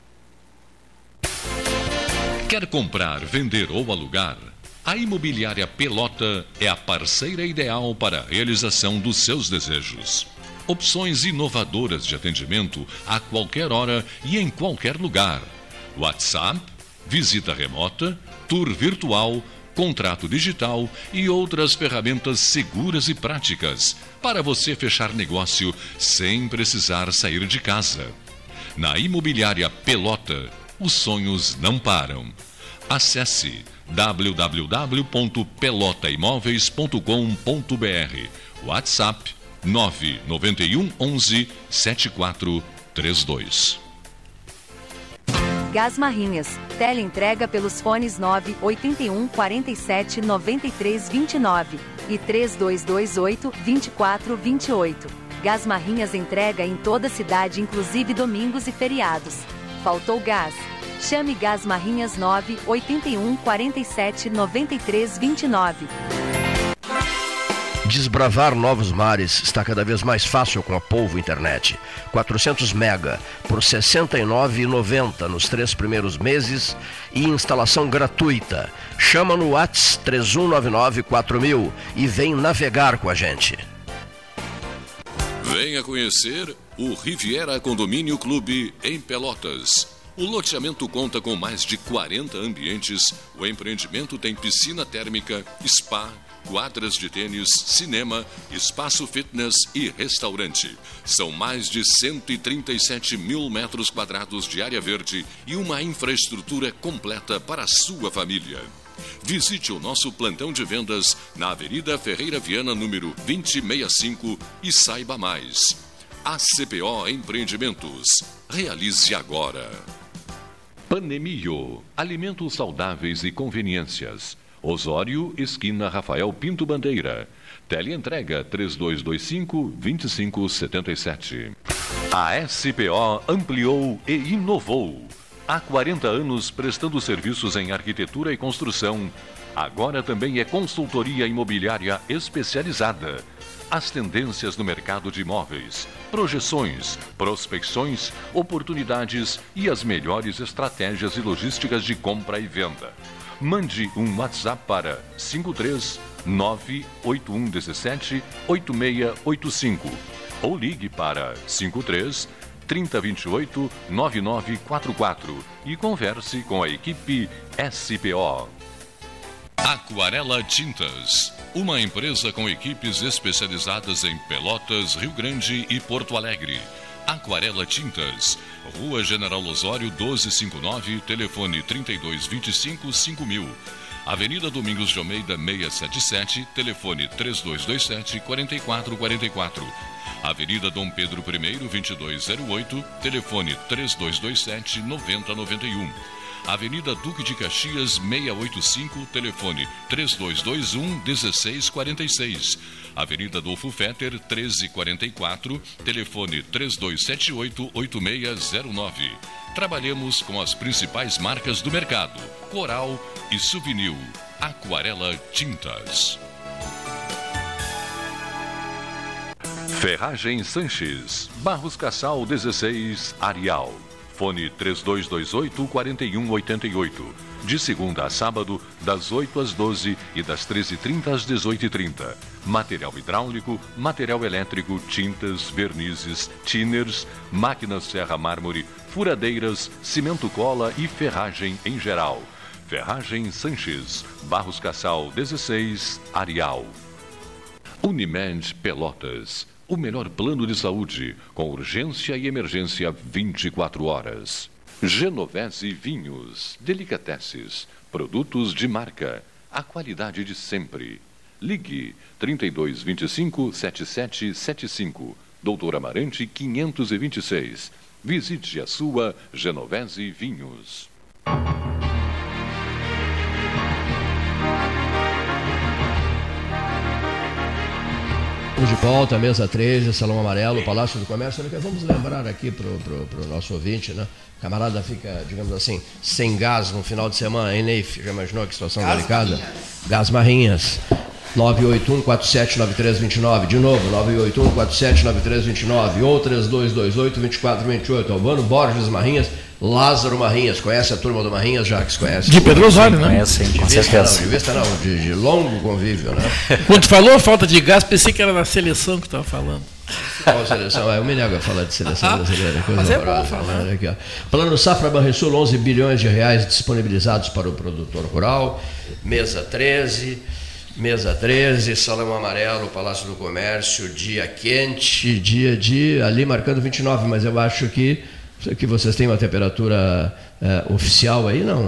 Quer comprar, vender ou alugar? A Imobiliária Pelota é a parceira ideal para a realização dos seus desejos. Opções inovadoras de atendimento a qualquer hora e em qualquer lugar. WhatsApp, visita remota, tour virtual, contrato digital e outras ferramentas seguras e práticas para você fechar negócio sem precisar sair de casa. Na Imobiliária Pelota, os sonhos não param. Acesse w w w ponto pelota imóveis ponto com ponto b r. WhatsApp nove nove um onze sete quatro três dois. Gás Marrinhas. Teleentrega pelos fones nove oito um, quatro sete, nove três dois nove e três dois dois oito, dois quatro dois oito. Gás Marrinhas entrega em toda a cidade, inclusive domingos e feriados. Faltou gás? Chame Gás Marrinhas nove oito um, quatro sete, nove três dois nove. Desbravar novos mares está cada vez mais fácil com a Polvo Internet. quatrocentos mega por sessenta e nove reais e noventa centavos nos três primeiros meses e instalação gratuita. Chama no WhatsApp três um nove nove quatro mil e vem navegar com a gente. Venha conhecer o Riviera Condomínio Clube em Pelotas. O loteamento conta com mais de quarenta ambientes. O empreendimento tem piscina térmica, spa, quadras de tênis, cinema, espaço fitness e restaurante. São mais de cento e trinta e sete mil metros quadrados de área verde e uma infraestrutura completa para a sua família. Visite o nosso plantão de vendas na Avenida Ferreira Viana, número vinte e sessenta e cinco e saiba mais. A C P O Empreendimentos. Realize agora. Panemio, alimentos saudáveis e conveniências. Osório, esquina Rafael Pinto Bandeira. Teleentrega três dois dois cinco, dois cinco sete sete. A S P O ampliou e inovou. Há quarenta anos prestando serviços em arquitetura e construção. Agora também é consultoria imobiliária especializada. As tendências no mercado de imóveis, projeções, prospecções, oportunidades e as melhores estratégias e logísticas de compra e venda. Mande um WhatsApp para cinco três nove oito um um sete oito seis oito cinco ou ligue para cinco três trinta vinte e oito nove nove quatro quatro e converse com a equipe S P O. Aquarela Tintas, uma empresa com equipes especializadas em Pelotas, Rio Grande e Porto Alegre. Aquarela Tintas, Rua General Osório doze cinquenta e nove, telefone trinta e dois vinte e cinco, cinco mil. Avenida Domingos de Almeida seiscentos e setenta e sete, telefone três dois dois sete, quatro quatro quatro quatro. Avenida Dom Pedro I, vinte e dois zero oito, telefone três dois dois sete, nove zero nove um. Avenida Duque de Caxias seiscentos e oitenta e cinco, telefone três dois dois um, um seis quatro seis. Avenida Adolfo Fetter trezentos e quarenta e quatro, telefone três dois sete oito, oito seis zero nove. Trabalhamos com as principais marcas do mercado: Coral e Souvenir. Aquarela Tintas. Ferragem Sanches, Barros Cassal dezesseis, Arial. Fone três dois dois oito, quatro um oito oito. De segunda a sábado, das oito às doze e das treze e trinta às dezoito e trinta. Material hidráulico, material elétrico, tintas, vernizes, tinners, máquinas serra mármore, furadeiras, cimento cola e ferragem em geral. Ferragem Sanches, Barros Cassal dezesseis, Arial. Unimed Pelotas. O melhor plano de saúde, com urgência e emergência vinte e quatro horas. Genovese Vinhos, Delicateces, produtos de marca, a qualidade de sempre. Ligue trinta e dois vinte e cinco, setenta e sete setenta e cinco, Doutor Amarante quinhentos e vinte e seis. Visite a sua Genovese Vinhos. Estamos de volta, mesa treze, Salão Amarelo, Palácio do Comércio. Vamos lembrar aqui para o nosso ouvinte, né? O camarada fica, digamos assim, sem gás no final de semana, hein, Neif? Já imaginou que situação gás delicada? Marrinhas. Gás Marrinhas. nove oito um quatro sete nove três dois nove. De novo, nove oito um quatro sete nove três dois nove. Ou três dois dois oito, dois quatro dois oito. Albano Borges Marrinhas. Lázaro Marrinhas. Conhece a turma do Marrinhas, Jacques? Conhece? De Pedro Osório, né? Conhece, sim, com certeza. De vista não, de, de longo convívio, né? Quando tu falou falta de gás, pensei que era da seleção que tu estava falando. Qual seleção? Eu me nego a falar de seleção ah, brasileira. Coisa mas é horrorosa, bom falar. Né? Aqui, ó. Plano Safra Banrisul, onze bilhões de reais disponibilizados para o produtor rural. Mesa treze. Mesa treze, Salão Amarelo, Palácio do Comércio, dia quente, dia de ali marcando vinte e nove, mas eu acho que, que vocês têm uma temperatura é, oficial aí, não?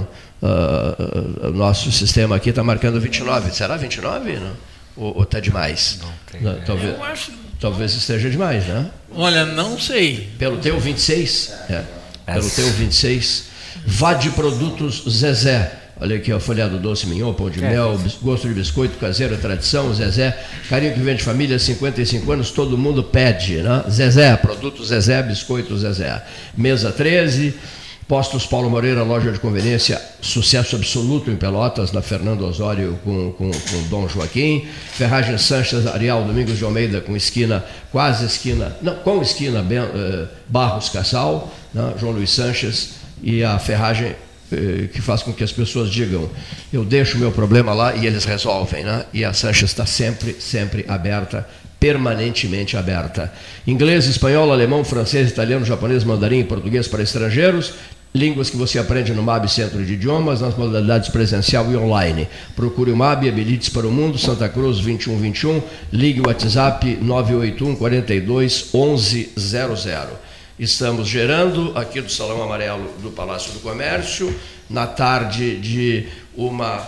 Uh, o nosso sistema aqui está marcando vinte e nove. Será vinte e nove? Não? Ou está demais? Não tem. Não, talvez, eu acho... talvez esteja demais, né? Olha, não sei. Pelo teu vinte e seis? É. Pelo teu vinte e seis. Vá de Produtos Zezé. Olha aqui, ó, folhado doce, mignon, pão de é, mel, é. gosto de biscoito caseiro, tradição, Zezé, carinho que vem de família, cinquenta e cinco anos, todo mundo pede, né? Zezé, produto Zezé, biscoito Zezé. Mesa treze, Postos Paulo Moreira, loja de conveniência, sucesso absoluto em Pelotas, na Fernando Osório com, com, com Dom Joaquim. Ferragem Sanches, Arial, Domingos de Almeida, com esquina, quase esquina, não, com esquina, ben, uh, Barros Cassal, né? João Luiz Sanches, e a ferragem que faz com que as pessoas digam, eu deixo o meu problema lá e eles resolvem, né? E a Sanches está sempre, sempre aberta, permanentemente aberta. Inglês, espanhol, alemão, francês, italiano, japonês, mandarim e português para estrangeiros, línguas que você aprende no M A B Centro de Idiomas, nas modalidades presencial e online. Procure o M A B, habilite para o mundo, Santa Cruz vinte e um vinte e um, ligue o WhatsApp nove oito um, quarenta e dois, onze zero zero. Estamos gerando aqui do Salão Amarelo do Palácio do Comércio, na tarde de uma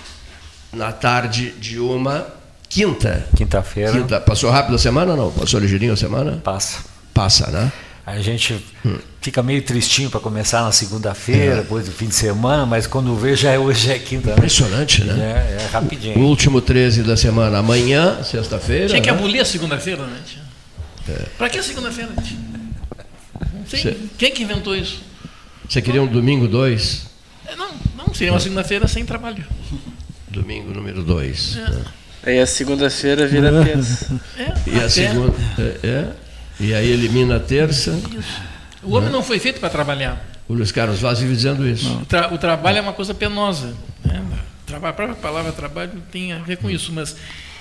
na tarde de uma quinta. Quinta-feira. Quinta. Passou rápido a semana, não? Passou ligeirinho a semana? Passa. Passa, né? A gente hum. fica meio tristinho para começar na segunda-feira, é. depois do fim de semana, mas quando vê já é hoje é quinta. Impressionante, né? É, é rapidinho. O último treze da semana, amanhã, sexta-feira. Tinha que né? abolir a segunda-feira, né? É. Para que a segunda-feira, gente? Cê, Quem que inventou isso? Você queria um domingo dois? É, não, não, seria uma segunda-feira sem trabalho. Domingo número dois. É. Né? Aí a segunda-feira vira é. terça. É, e a segunda. É, é, e aí elimina a terça. Isso. O homem né? não foi feito para trabalhar. O Luiz Carlos Vaz vive dizendo isso. Não, o, tra o trabalho é uma coisa penosa. Né? A própria palavra trabalho tem a ver com isso, mas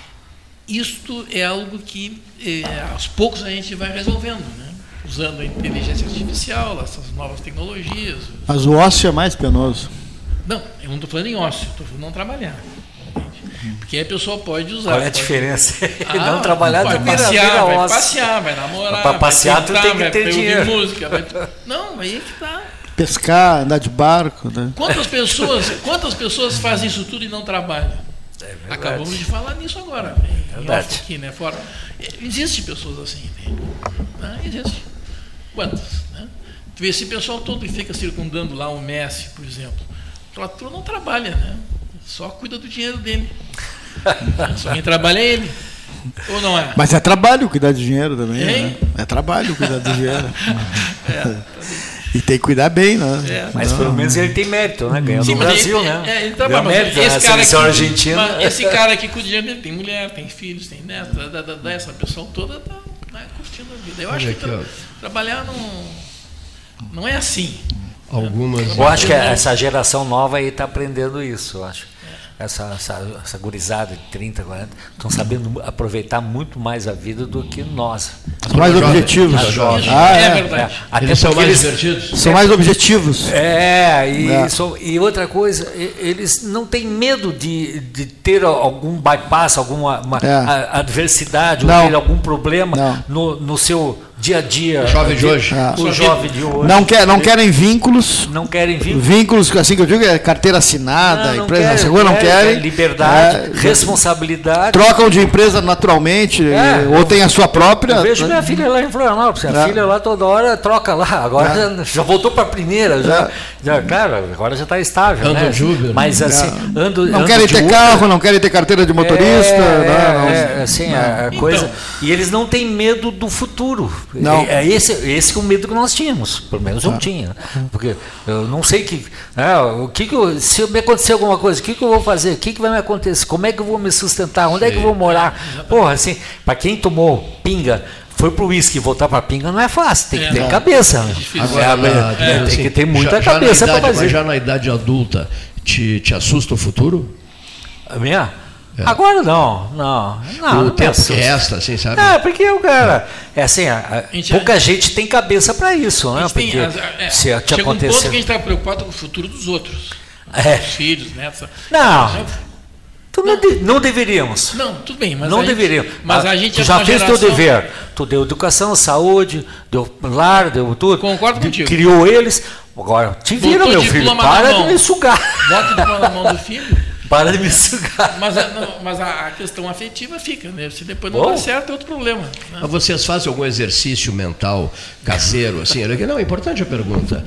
isto é algo que eh, aos poucos a gente vai resolvendo, né? Usando a inteligência artificial, essas novas tecnologias. Mas o ócio é mais penoso. Não, eu não estou falando em ócio, estou falando não trabalhar. Entende? Porque a pessoa pode usar. Qual é a pode... diferença? Ah, não trabalhar, vai vira, passear, vira vai ócio. passear, vai namorar. Para passear vai cantar, tu tem que vai ter dinheiro. Música, vai... Não, aí é que está. Pescar, andar de barco. Né? Quantas pessoas, quantas pessoas fazem isso tudo e não trabalham? É Acabamos de falar nisso agora. É verdade. Aqui, né, fora. Existem pessoas assim. Né? Existe. Quantas? Né? Tu vê esse pessoal todo que fica circundando lá o Messi, por exemplo. Aquela turma não trabalha, né? Só cuida do dinheiro dele. Só quem trabalha é ele. Ou não é? Mas é trabalho cuidar de dinheiro também. Né? É trabalho cuidar do dinheiro. É. E tem que cuidar bem, né? É. Mas pelo menos ele tem mérito, né? Ganhando no Brasil, ele, né? É, ele trabalha. Mérito, esse, né? cara Seleção aqui, argentina. Esse cara que cuida de dinheiro, tem mulher, tem filhos, tem neto, da, da, da, essa pessoa toda está né, curtindo a vida. Eu acho que tra trabalhar não. Não é assim. Algumas. Eu acho que essa geração nova aí está aprendendo isso, eu acho. Essa, essa, essa gurizada de trinta, quarenta estão sabendo aproveitar muito mais a vida do que nós. São mais objetivos. Ah, é, é verdade. É. Até eles são mais eles, divertidos. São mais objetivos. É, e, é. So, e outra coisa, eles não têm medo de, de ter algum bypass, alguma uma, é. a, adversidade, ou ter algum problema no, no seu dia a dia. O jovem de hoje. Ah, o jovem de hoje. Não, quer, não querem vínculos. Não querem vínculos. Vínculos, assim que eu digo, é carteira assinada, não, não empresa querem, segura, não querem. querem liberdade, é, responsabilidade. Trocam de empresa naturalmente, é, ou tem a sua própria. Eu vejo minha filha lá em Florianópolis. A é. filha lá toda hora troca lá. Agora é. já, já voltou para a primeira. Já, é. já, claro, agora já está estável. Ando né? de Uber. Mas assim, ando, não ando querem de ter Uber. carro, não querem ter carteira de motorista. É, não, é, assim, a coisa. Então, e eles não têm medo do futuro. Não. É esse, esse é o medo que nós tínhamos. Pelo menos eu ah. tinha. Porque eu não sei que. É, o que, que eu, se me acontecer alguma coisa, o que, que eu vou fazer? O que, que vai me acontecer? Como é que eu vou me sustentar? Onde Sim. é que eu vou morar? Porra, assim, para quem tomou pinga. Foi pro uísque, voltar para pinga não é fácil, tem que é, ter não. cabeça. É Agora, é, na, é, tem assim, que ter muita já, cabeça para fazer. Mas já na idade adulta, te, te assusta o futuro? A minha? É. Agora não, não. não o não tempo que resta, assim, sabe? É, porque o cara. É assim, a, a gente, pouca gente tem cabeça para isso, né? Porque tem, as, é, se te chega acontecer... um ponto que a gente está preocupado com o futuro dos outros. É. Os filhos, netos. Não. Tu não, de, não deveríamos. Não, tudo bem, mas não a gente, deveríamos. Mas a gente tu é já fez geração... teu dever. Tu deu educação, saúde, deu lar, deu tudo. Concordo contigo. Criou eles. Agora, te viram, meu filho. Para de me sugar. Bota o diploma na mão do filho. Para de me sugar. Mas, a, não, mas a, a questão afetiva fica, né? Se depois não Bom. dá certo, é outro problema. Né? Mas vocês fazem algum exercício mental caseiro? Assim? Não, é importante a pergunta.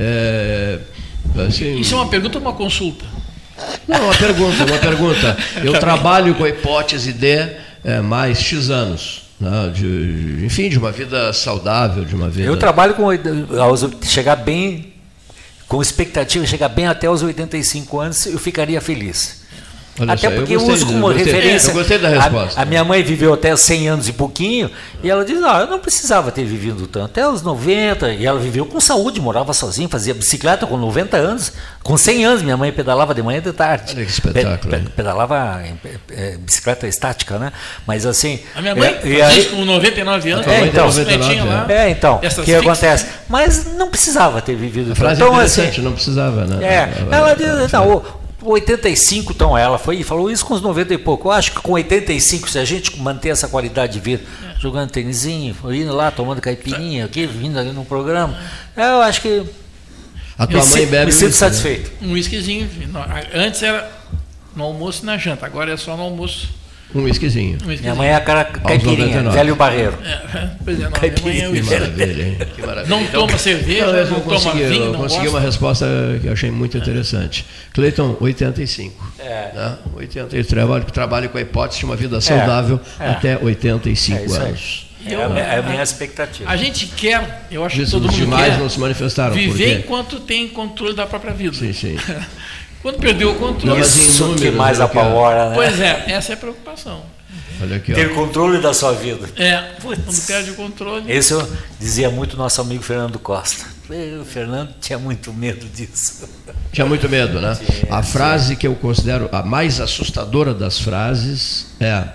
É, assim... Isso é uma pergunta ou uma consulta? Não, uma pergunta, uma pergunta. Eu trabalho com a hipótese de é, mais X anos. Né, de, enfim, de uma vida saudável, de uma vida... Eu trabalho com aos, chegar bem, com expectativa de chegar bem até os oitenta e cinco anos, eu ficaria feliz. Olha até só, porque eu, eu uso como eu gostei, referência. Eu gostei da resposta. A, a minha mãe viveu até cem anos e pouquinho, e ela diz: não, eu não precisava ter vivido tanto. Até os noventa, e ela viveu com saúde, morava sozinha, fazia bicicleta com noventa anos. Com cem anos, minha mãe pedalava de manhã e de tarde. Olha que espetáculo. Pe, pedalava é, bicicleta estática, né? Mas assim. A minha mãe, e, e aí, com noventa e nove anos, é, então, noventa e nove, lá, é, então, o que acontece? Mas não precisava ter vivido a frase tanto. Então, assim, não precisava, né? É, ela diz: não. oitenta e cinco, então, ela foi e falou isso com os noventa e pouco. Eu acho que com oitenta e cinco, se a gente manter essa qualidade de vida, é. jogando tênisinho, indo lá, tomando caipirinha, aqui, vindo ali no programa, eu acho que. A tua mãe bebe. Me sinto satisfeito. Um whiskyzinho. Antes era no almoço e na janta, agora é só no almoço. Um whiskyzinho. Um Minha mãe é a cara caipirinha, velho barreiro. É, pois é, não, caipirinha. Que maravilha, hein? Que maravilha. Não então, toma cerveja, não, não consegui, toma vinho, eu não consegui gosta. Uma resposta que eu achei muito interessante. Cleiton, oitenta e cinco. É. Né? oitenta, eu trabalho, trabalho com a hipótese de uma vida saudável é. É. até oitenta e cinco é anos. É, eu, é a minha expectativa. A gente quer, eu acho Isso, que todo mundo demais quer não se manifestaram. viver enquanto tem controle da própria vida. Sim, sim. Quando perdeu o controle... Não, mas isso números, que mais apavora, né? Pois é, essa é a preocupação. Olha aqui, ter controle da sua vida. É, quando perde o controle... Esse eu dizia muito nosso amigo Fernando Costa. O Fernando tinha muito medo disso. Tinha muito medo, né? Tinha, a frase tinha. que eu considero a mais assustadora das frases é...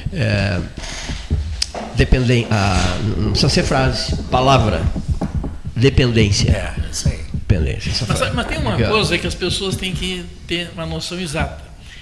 é dependem, a, não precisa ser frase, palavra. Dependência. É, isso aí. Dependência. Mas, mas tem uma Aqui, coisa que as pessoas têm que ter uma noção exata.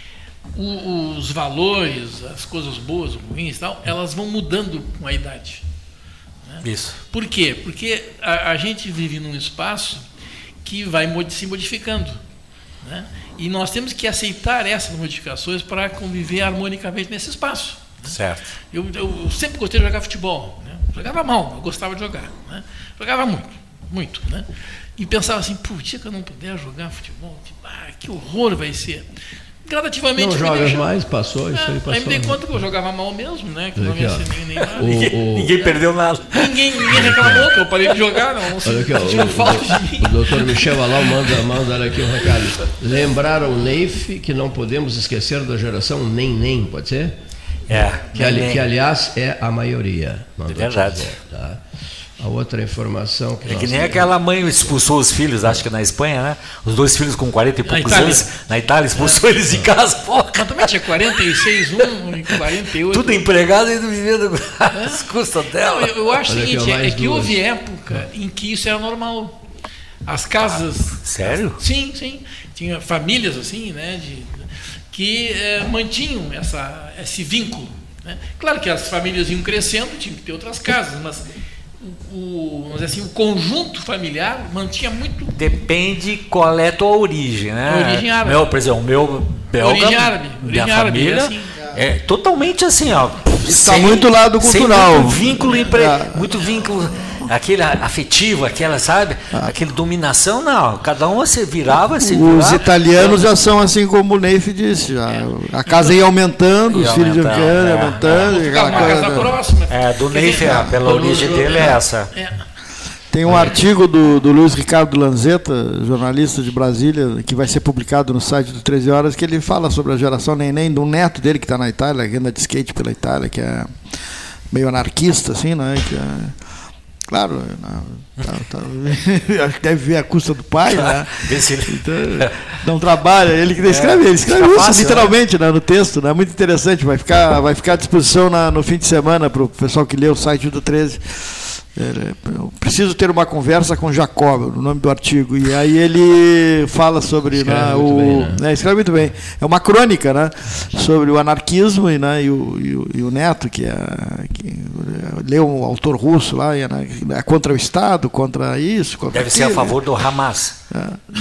O, os valores, as coisas boas, ruins e tal, elas vão mudando com a idade. Né? Isso. Por quê? Porque a, a gente vive num espaço que vai se modificando. Né? E nós temos que aceitar essas modificações para conviver harmonicamente nesse espaço. Né? Certo. Eu, eu sempre gostei de jogar futebol. Né? Jogava mal, eu gostava de jogar. Né? Jogava muito, muito. Né? E pensava assim, putz, que eu não puder jogar futebol, que, ah, que horror vai ser. Gradativamente. Não jogas deixou... mais, passou, isso é, aí passou. Aí me dei conta que eu jogava mal mesmo, né? Que não ia ser nem, nem nada. O, ninguém, o... ninguém perdeu nada. Ninguém, ninguém reclamou que eu parei de jogar, não. não olha aqui, ó, o, falta de mim. O doutor Michel Alau manda, manda aqui um recado. Lembrar o Neif que não podemos esquecer da geração nem nem, pode ser? É. Que, ali, que aliás é a maioria. É verdade. Dizer, tá? A outra informação que é nós que nem temos... aquela mãe expulsou os filhos, acho que na Espanha, né? Os dois filhos com quarenta e poucos na anos, na Itália, expulsou é. eles de casa. Porra. Mas também tinha quarenta e seis, um, quarenta e oito. Tudo empregado e vivendo às é. custas dela. Não, eu, eu acho o seguinte, é, é que houve época em que isso era normal. As casas... Ah, sério? Sim, sim. Tinha famílias assim, né? De, que é, mantinham essa, esse vínculo. Né? Claro que as famílias iam crescendo, tinham que ter outras casas, mas... o, vamos dizer assim, o conjunto familiar mantinha muito... Depende qual é a tua origem, né? Origem árabe. Meu, por exemplo, o meu belga, origem árabe. minha Origem família, árabe, é, assim, é totalmente assim, ó. Está muito lado cultural. Muito vínculo, empre... é. muito vínculo, aquele afetivo, aquela, sabe? Ah. Aquele dominação, não. Cada um se virava, se virava. Os italianos já são assim como o Neif disse, já. É. A casa ia aumentando, ia os filhos iam é. aumentando. É. Aquela coisa do... próxima. É, do Neif, é, pela origem dele é essa. É. Tem um artigo do, do Luiz Ricardo Lanzetta, jornalista de Brasília, que vai ser publicado no site do treze horas, que ele fala sobre a geração neném do neto dele que está na Itália, que anda de skate pela Itália, que é meio anarquista, assim, né? Que é, claro, não, tá, tá, acho que deve ver a custa do pai, né? Então, não trabalha, ele que escreve, ele escreve isso fácil, literalmente, né? Né, no texto, né? Muito interessante, vai ficar, vai ficar à disposição na, no fim de semana para o pessoal que lê o site do treze. Eu preciso ter uma conversa com Jacob, no nome do artigo, e aí ele fala sobre escreve, né, o, bem, né? Né, escreve muito bem, é uma crônica, né, sobre o anarquismo e, né, e, o, e, o, e o Neto, que, é, que leu um autor russo lá, é, né, é contra o Estado, contra isso, contra deve aquilo, ser a favor do Hamas. É.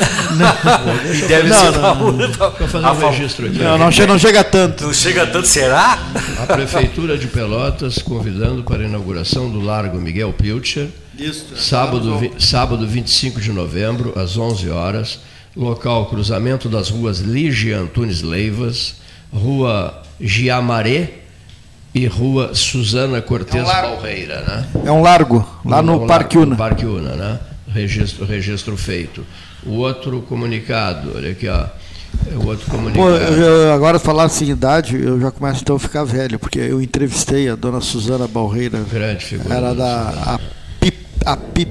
Não, deve não, ser não, a favor não, do, Vou fazer um registro aqui. Não, não, chega, não chega tanto. Não chega tanto, será? A Prefeitura de Pelotas convidando para a inauguração do Largo Miguel Pilcher, Isso, sábado, vi, sábado vinte e cinco de novembro, às onze horas, local cruzamento das ruas Lígia Antunes Leivas, Rua Giamaré e Rua Suzana Cortez é um Balreira, né? É um largo, lá no, no Parque Una. No Parque Una, né? Registro, registro feito. O outro comunicado, olha aqui, ó. É o outro comunicado. Pô, eu, agora falar assim, idade, eu já começo então a ficar velho, porque eu entrevistei a dona Suzana Balreira. Grande figura. Era da a Pip, a Pip,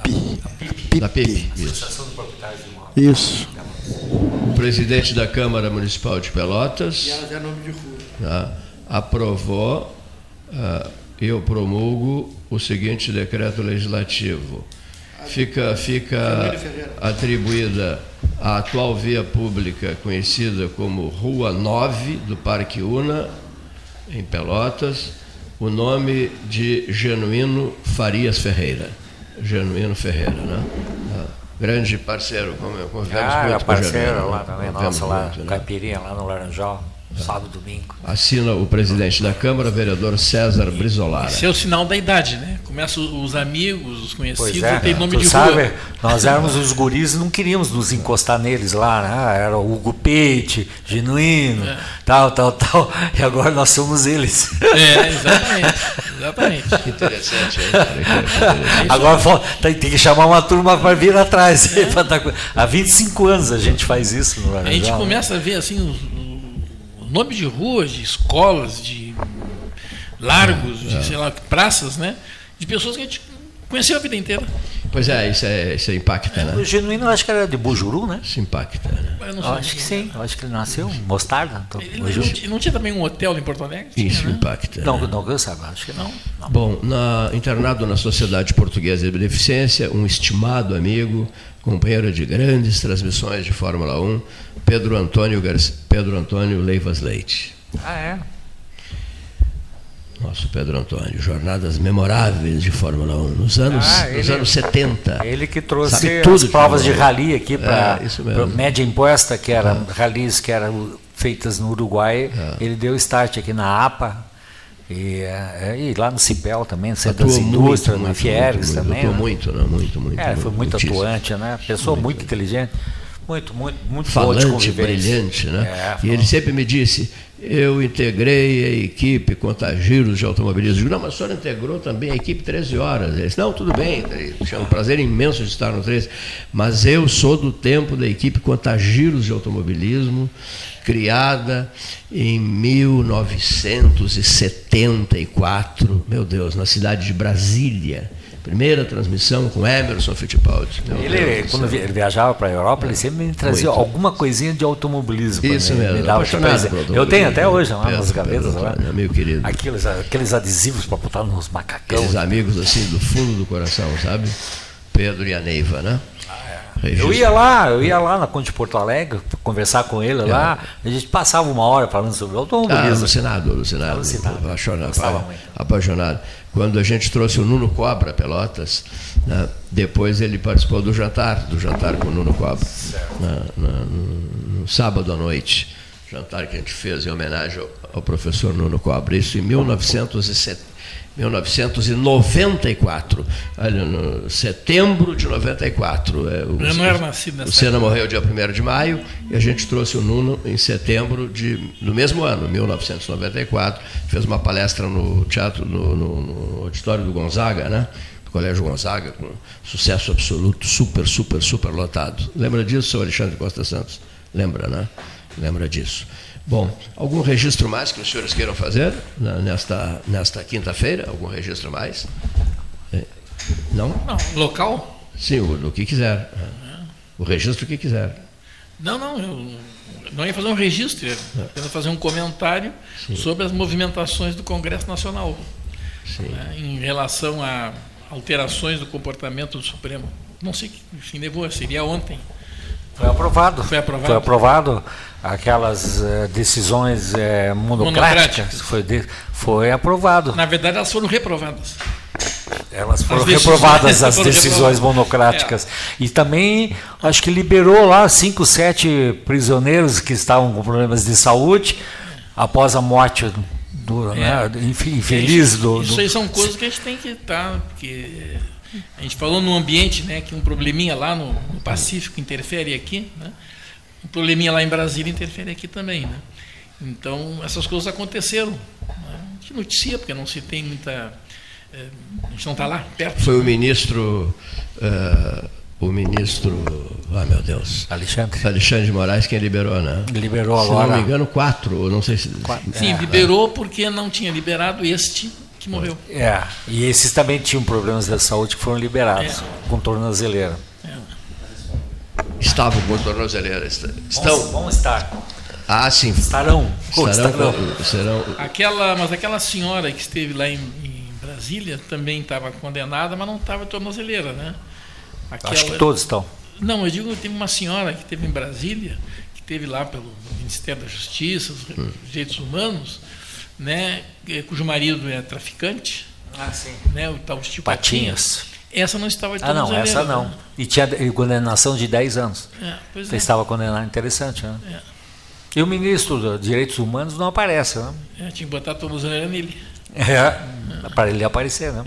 da Pip, isso. Isso. O presidente da Câmara Municipal de Pelotas. E ela já é nome de rua. Tá, aprovou, uh, eu promulgo o seguinte decreto legislativo. Fica, fica atribuída à atual via pública conhecida como Rua nove do Parque Una, em Pelotas, o nome de Genuíno Farias Ferreira. Genuíno Ferreira, né? Grande parceiro, como eu converso ah, muito parceiro com o lá também, nossa, lá, muito, né? Caipirinha, lá no Laranjal. Sábado, domingo. Assina o presidente da Câmara, vereador César Brizolara. Esse é o sinal da idade, né? Começam os amigos, os conhecidos, é, tem nome tu de sabe, rua. Nós éramos os guris e não queríamos nos encostar neles lá, né? Era o Hugo Peite, Genuíno, é. tal, tal, tal. E agora nós somos eles. É, exatamente. exatamente. Que interessante, hein, cara? Que interessante. Agora tem, tem que chamar uma turma para vir atrás. É. Há vinte e cinco anos a gente faz isso no Laranjal. A gente começa a ver assim os nomes de ruas, de escolas, de largos, de, é. sei lá, praças, né? De pessoas que a gente conheceu a vida inteira. Pois é, isso, é, isso impacta, né? O Genuíno, eu acho que era de Bujuru, né? Isso impacta, né? Eu, eu acho que sim, eu acho que ele nasceu em Mostarda. Ele não, não, não tinha também um hotel em Porto Alegre? Tinha, isso né? impacta. Não, né? não, eu sabe, acho que não. não. Bom, na, internado na Sociedade Portuguesa de Beneficência, um estimado amigo, companheiro de grandes transmissões de Fórmula um, Pedro Antônio, Garcia, Pedro Antônio Leivas Leite. Ah, é? Nosso Pedro Antônio, jornadas memoráveis de Fórmula um, nos anos, ah, ele, nos anos setenta. Ele que trouxe as provas de, de rally aqui para é, média imposta, que eram é. rallies que eram feitas no Uruguai. É. Ele deu start aqui na A P A. E, é, e lá no Cipel também, no Centro das Indústrias, no Fieres também. Atuou muito, né? muito, muito. É, foi muito muitíssimo. atuante, né? Pessoa muito, muito inteligente, muito, muito, muito falante, brilhante, né? É, e ele sempre me disse: eu integrei a equipe Contagiros de Automobilismo. Eu digo, não, mas o senhor integrou também a equipe treze horas. Ele disse, não, tudo bem, tinha um prazer imenso de estar no treze, mas eu sou do tempo da equipe Contagiros de Automobilismo, criada em mil novecentos e setenta e quatro, meu Deus, na cidade de Brasília. Primeira transmissão com Emerson Fittipaldi. Ele, Deus, quando ele viajava para a Europa, ele sempre me trazia muito. alguma coisinha de automobilismo. Isso me, mesmo. Me dava eu tenho até hoje lá Pedro, nas gavetas. Pedro, lá. Meu querido. Aqueles, aqueles adesivos para botar nos macacão. Aqueles amigos assim do fundo do coração, sabe? Pedro e a Neiva, né? Ah, Eu ia lá, eu ia lá na Conde de Porto Alegre, conversar com ele é. lá, a gente passava uma hora falando sobre o automobilismo. Ah, alucinado, alucinado. alucinado. Apaixonado, apaixonado. Quando a gente trouxe o Nuno Cobra a Pelotas, né, depois ele participou do jantar, do jantar com o Nuno Cobra, na, na, no, no sábado à noite, jantar que a gente fez em homenagem ao, ao professor Nuno Cobra, isso em mil novecentos e noventa e quatro, olha, no setembro de noventa e quatro. É, o, Eu não era nascido nessa O Senna morreu dia primeiro de maio e a gente trouxe o Nuno em setembro de, do mesmo ano, mil novecentos e noventa e quatro, fez uma palestra no teatro, no, no, no auditório do Gonzaga, né? Do Colégio Gonzaga, com sucesso absoluto, super, super, super lotado. Lembra disso, seu Alexandre Costa Santos? Lembra, né? Lembra disso. Bom, algum registro mais que os senhores queiram fazer nesta, nesta quinta-feira? Algum registro mais? Não? Não, local? Sim, o, o que quiser. O registro que quiser. Não, não, eu não ia fazer um registro, ia apenas fazer um comentário Sim. sobre as movimentações do Congresso Nacional né, em relação a alterações do comportamento do Supremo. Não sei que fim levou, seria ontem. Foi aprovado. Foi aprovado. Foi aprovado aquelas uh, decisões uh, monocráticas. Foi, de, foi aprovado. Na verdade, elas foram reprovadas. Elas foram as reprovadas, as foram decisões reprovadas. monocráticas. É. E também, acho que liberou lá cinco, sete prisioneiros que estavam com problemas de saúde após a morte do, é. né, infeliz do... Isso aí são coisas que a gente tem que estar... Porque a gente falou num ambiente, né, que um probleminha lá no, no Pacífico interfere aqui, né? Um probleminha lá em Brasília interfere aqui também, né? Então, essas coisas aconteceram. Né? A gente noticia, porque não se tem muita... É, a gente não está lá perto. Foi o ministro... Uh, o ministro... Ah, meu Deus. Alexandre. Alexandre de Moraes quem liberou, né? Liberou se agora. Se não me engano, quatro. Não sei se... Quatro. Sim, é, liberou porque não tinha liberado este... que morreu. É, e esses também tinham problemas de saúde que foram liberados, é. com tornozeleira. É. Estavam com tornozeleira. Estão? Vão, vão estar. Ah, sim. Estarão. Estarão, estarão. Serão. Aquela, mas aquela senhora que esteve lá em, em Brasília também estava condenada, mas não estava tornozeleira, né? Aquela... Acho que todos estão. Não, eu digo que tem uma senhora que esteve em Brasília, que esteve lá pelo Ministério da Justiça, os hum. Direitos Humanos, né, cujo marido é traficante, ah, sim. né, o tal Chico Patinhas. Patinhas. Essa não estava de Ah, não, essa não. Né? E tinha condenação de dez anos. É, pois Você é. estava condenado, interessante, né? É. E o ministro dos Direitos Humanos não aparece, né? É, tinha que botar a tornozeleira nele. É, é, para ele aparecer, né?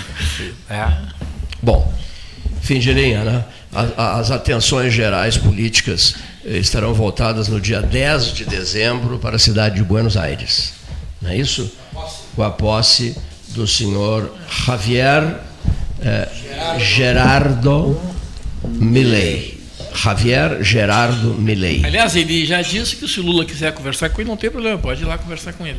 É. É. Bom, fim de linha, né? As, as atenções gerais políticas estarão voltadas no dia dez de dezembro para a cidade de Buenos Aires. Não é isso? Com a posse do senhor Javier eh, Gerardo Milei. Javier Gerardo Milei. Aliás, ele já disse que se o Lula quiser conversar com ele, não tem problema, pode ir lá conversar com ele.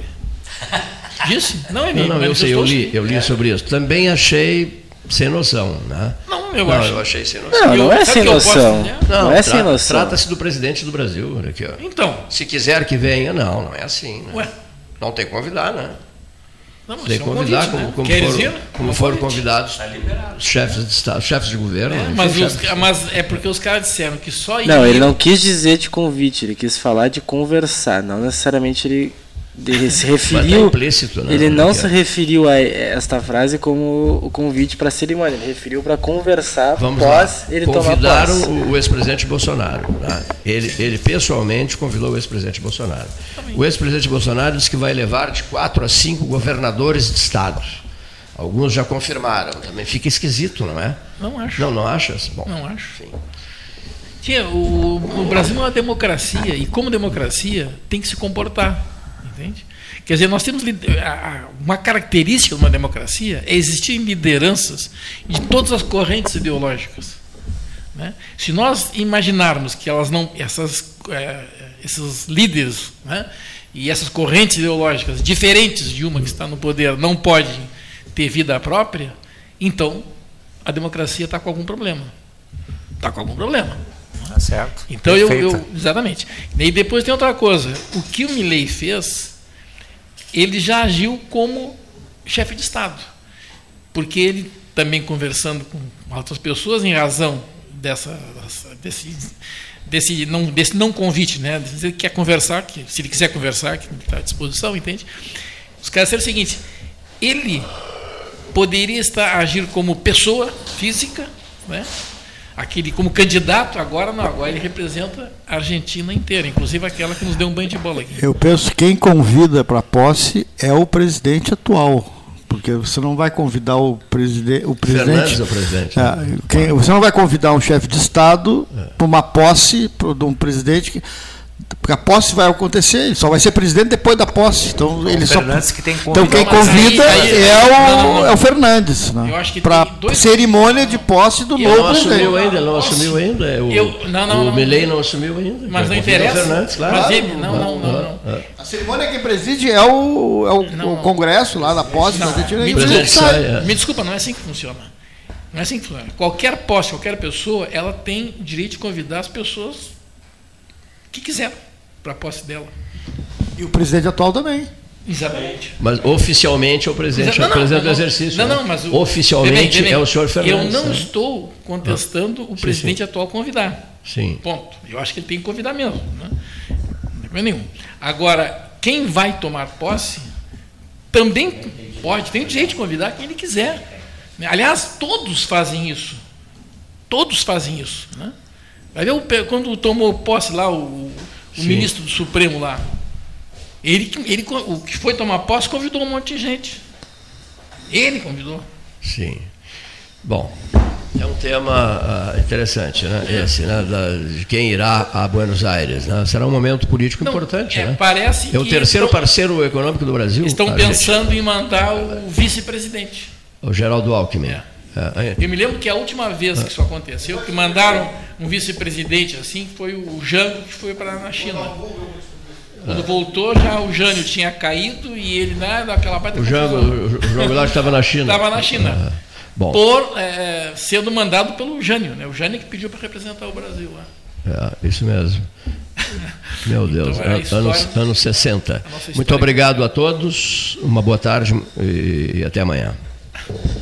Disse? Não, ele Não, não, eu sei, eu li, eu li sobre isso. Também achei sem noção, né? Não, eu não, acho. eu achei sem noção. Não, não é sem noção. Não, não é tra sem noção. Trata-se do presidente do Brasil. Aqui, ó. Então. Se quiser que venha, não, não é assim. Né? Ué? Não tem que convidar, né? Não, mas tem que é um convidar, convite, como, né? como, Queres foram, ir? como um foram convidados os chefes de Estado, chefes de governo. É, mas, os, mas é porque os caras disseram que só Não, iriam... ele não quis dizer de convite, ele quis falar de conversar, não necessariamente ele, ele se referiu. Implícito, né? Ele não se referiu a esta frase como o convite para a cerimônia, ele referiu para conversar Vamos após lá. ele tomar posse. Convidaram o, o ex-presidente Bolsonaro. Tá? Ele, ele pessoalmente convidou o ex-presidente Bolsonaro. O ex-presidente Bolsonaro disse que vai levar de quatro a cinco governadores de estados. Alguns já confirmaram. Também fica esquisito, não é? Não acho. Não, não achas? Bom, não acho. Enfim. Tia, o, o Brasil é uma democracia e, como democracia, tem que se comportar. Entende? Quer dizer, nós temos uma característica de uma democracia é existir lideranças de todas as correntes ideológicas. Né? Se nós imaginarmos que elas não, essas, é, esses líderes, né, e essas correntes ideológicas diferentes de uma que está no poder não podem ter vida própria, então a democracia está com algum problema. Está com algum problema. Tá certo. Então eu, eu exatamente. E depois tem outra coisa. O que o Milei fez, ele já agiu como chefe de Estado, porque ele também conversando com outras pessoas em razão dessa, desse, desse, não, desse não convite, né? Dizer que quer conversar, que, se ele quiser conversar, que está à disposição, entende? Os caras disseram o seguinte: ele poderia estar agir como pessoa física, né? Aquele como candidato, agora não, agora ele representa a Argentina inteira, inclusive aquela que nos deu um banho de bola aqui. Eu penso que quem convida para a posse é o presidente atual, porque você não vai convidar o, preside o presidente. Fernandes é o presidente. É, quem, você não vai convidar um chefe de Estado é. para uma posse de um presidente que. Porque a posse vai acontecer, ele só vai ser presidente depois da posse. Então, ele só, que tem que então quem convida aí, aí, é, o, não, não, não. é o Fernandes, né? Para a cerimônia de posse do eu novo não presidente. Assumiu ainda, não assumiu ainda. É o eu, não, não, o não, Milei não assumiu ainda. Mas não interessa. Fernandes, claro. Mas ele, não, não, não, não. A cerimônia que preside é o, é o, não, o Congresso lá da posse. Não, não, me, desculpa, sai, é. me desculpa, não é assim que funciona. Não é assim que funciona. Qualquer posse, qualquer pessoa, ela tem direito de convidar as pessoas que quiser para a posse dela. E o presidente atual também. Exatamente. Mas oficialmente é o presidente, não, não, é o presidente não, não, do exercício. Não, né? não, mas o, oficialmente bem, bem, é o senhor Fernandes. Eu não né? estou contestando ah, o presidente sim, sim. atual convidar. Sim. Ponto. Eu acho que ele tem que convidar mesmo. Né? Não tem problema nenhum. Agora, quem vai tomar posse também pode, tem o direito de convidar quem ele quiser. Aliás, todos fazem isso. Todos fazem isso. Né? Vai ver o, quando tomou posse lá o O Sim. ministro do Supremo lá, ele, ele, o que foi tomar posse convidou um monte de gente. Ele convidou. Sim. Bom, é um tema uh, interessante, né? Esse, né? Da, de quem irá a Buenos Aires. Né? Será um momento político Não, importante. É, né? Parece é o terceiro estão, parceiro econômico do Brasil. Estão pensando em mandar o vice-presidente. O Geraldo Alckmin. É. É. Eu me lembro que a última vez que isso aconteceu, que mandaram um vice-presidente assim, foi o Jânio, que foi para na China. Quando voltou, já o Jânio tinha caído e ele, né, daquela parte. O Jânio, o João Goulart estava na China. Estava na China. Ah, bom. Por é, sendo mandado pelo Jânio, né? O Jânio que pediu para representar o Brasil lá. É, isso mesmo. Meu Deus, então, é história, anos, anos sessenta. Muito obrigado a todos, uma boa tarde e, e até amanhã.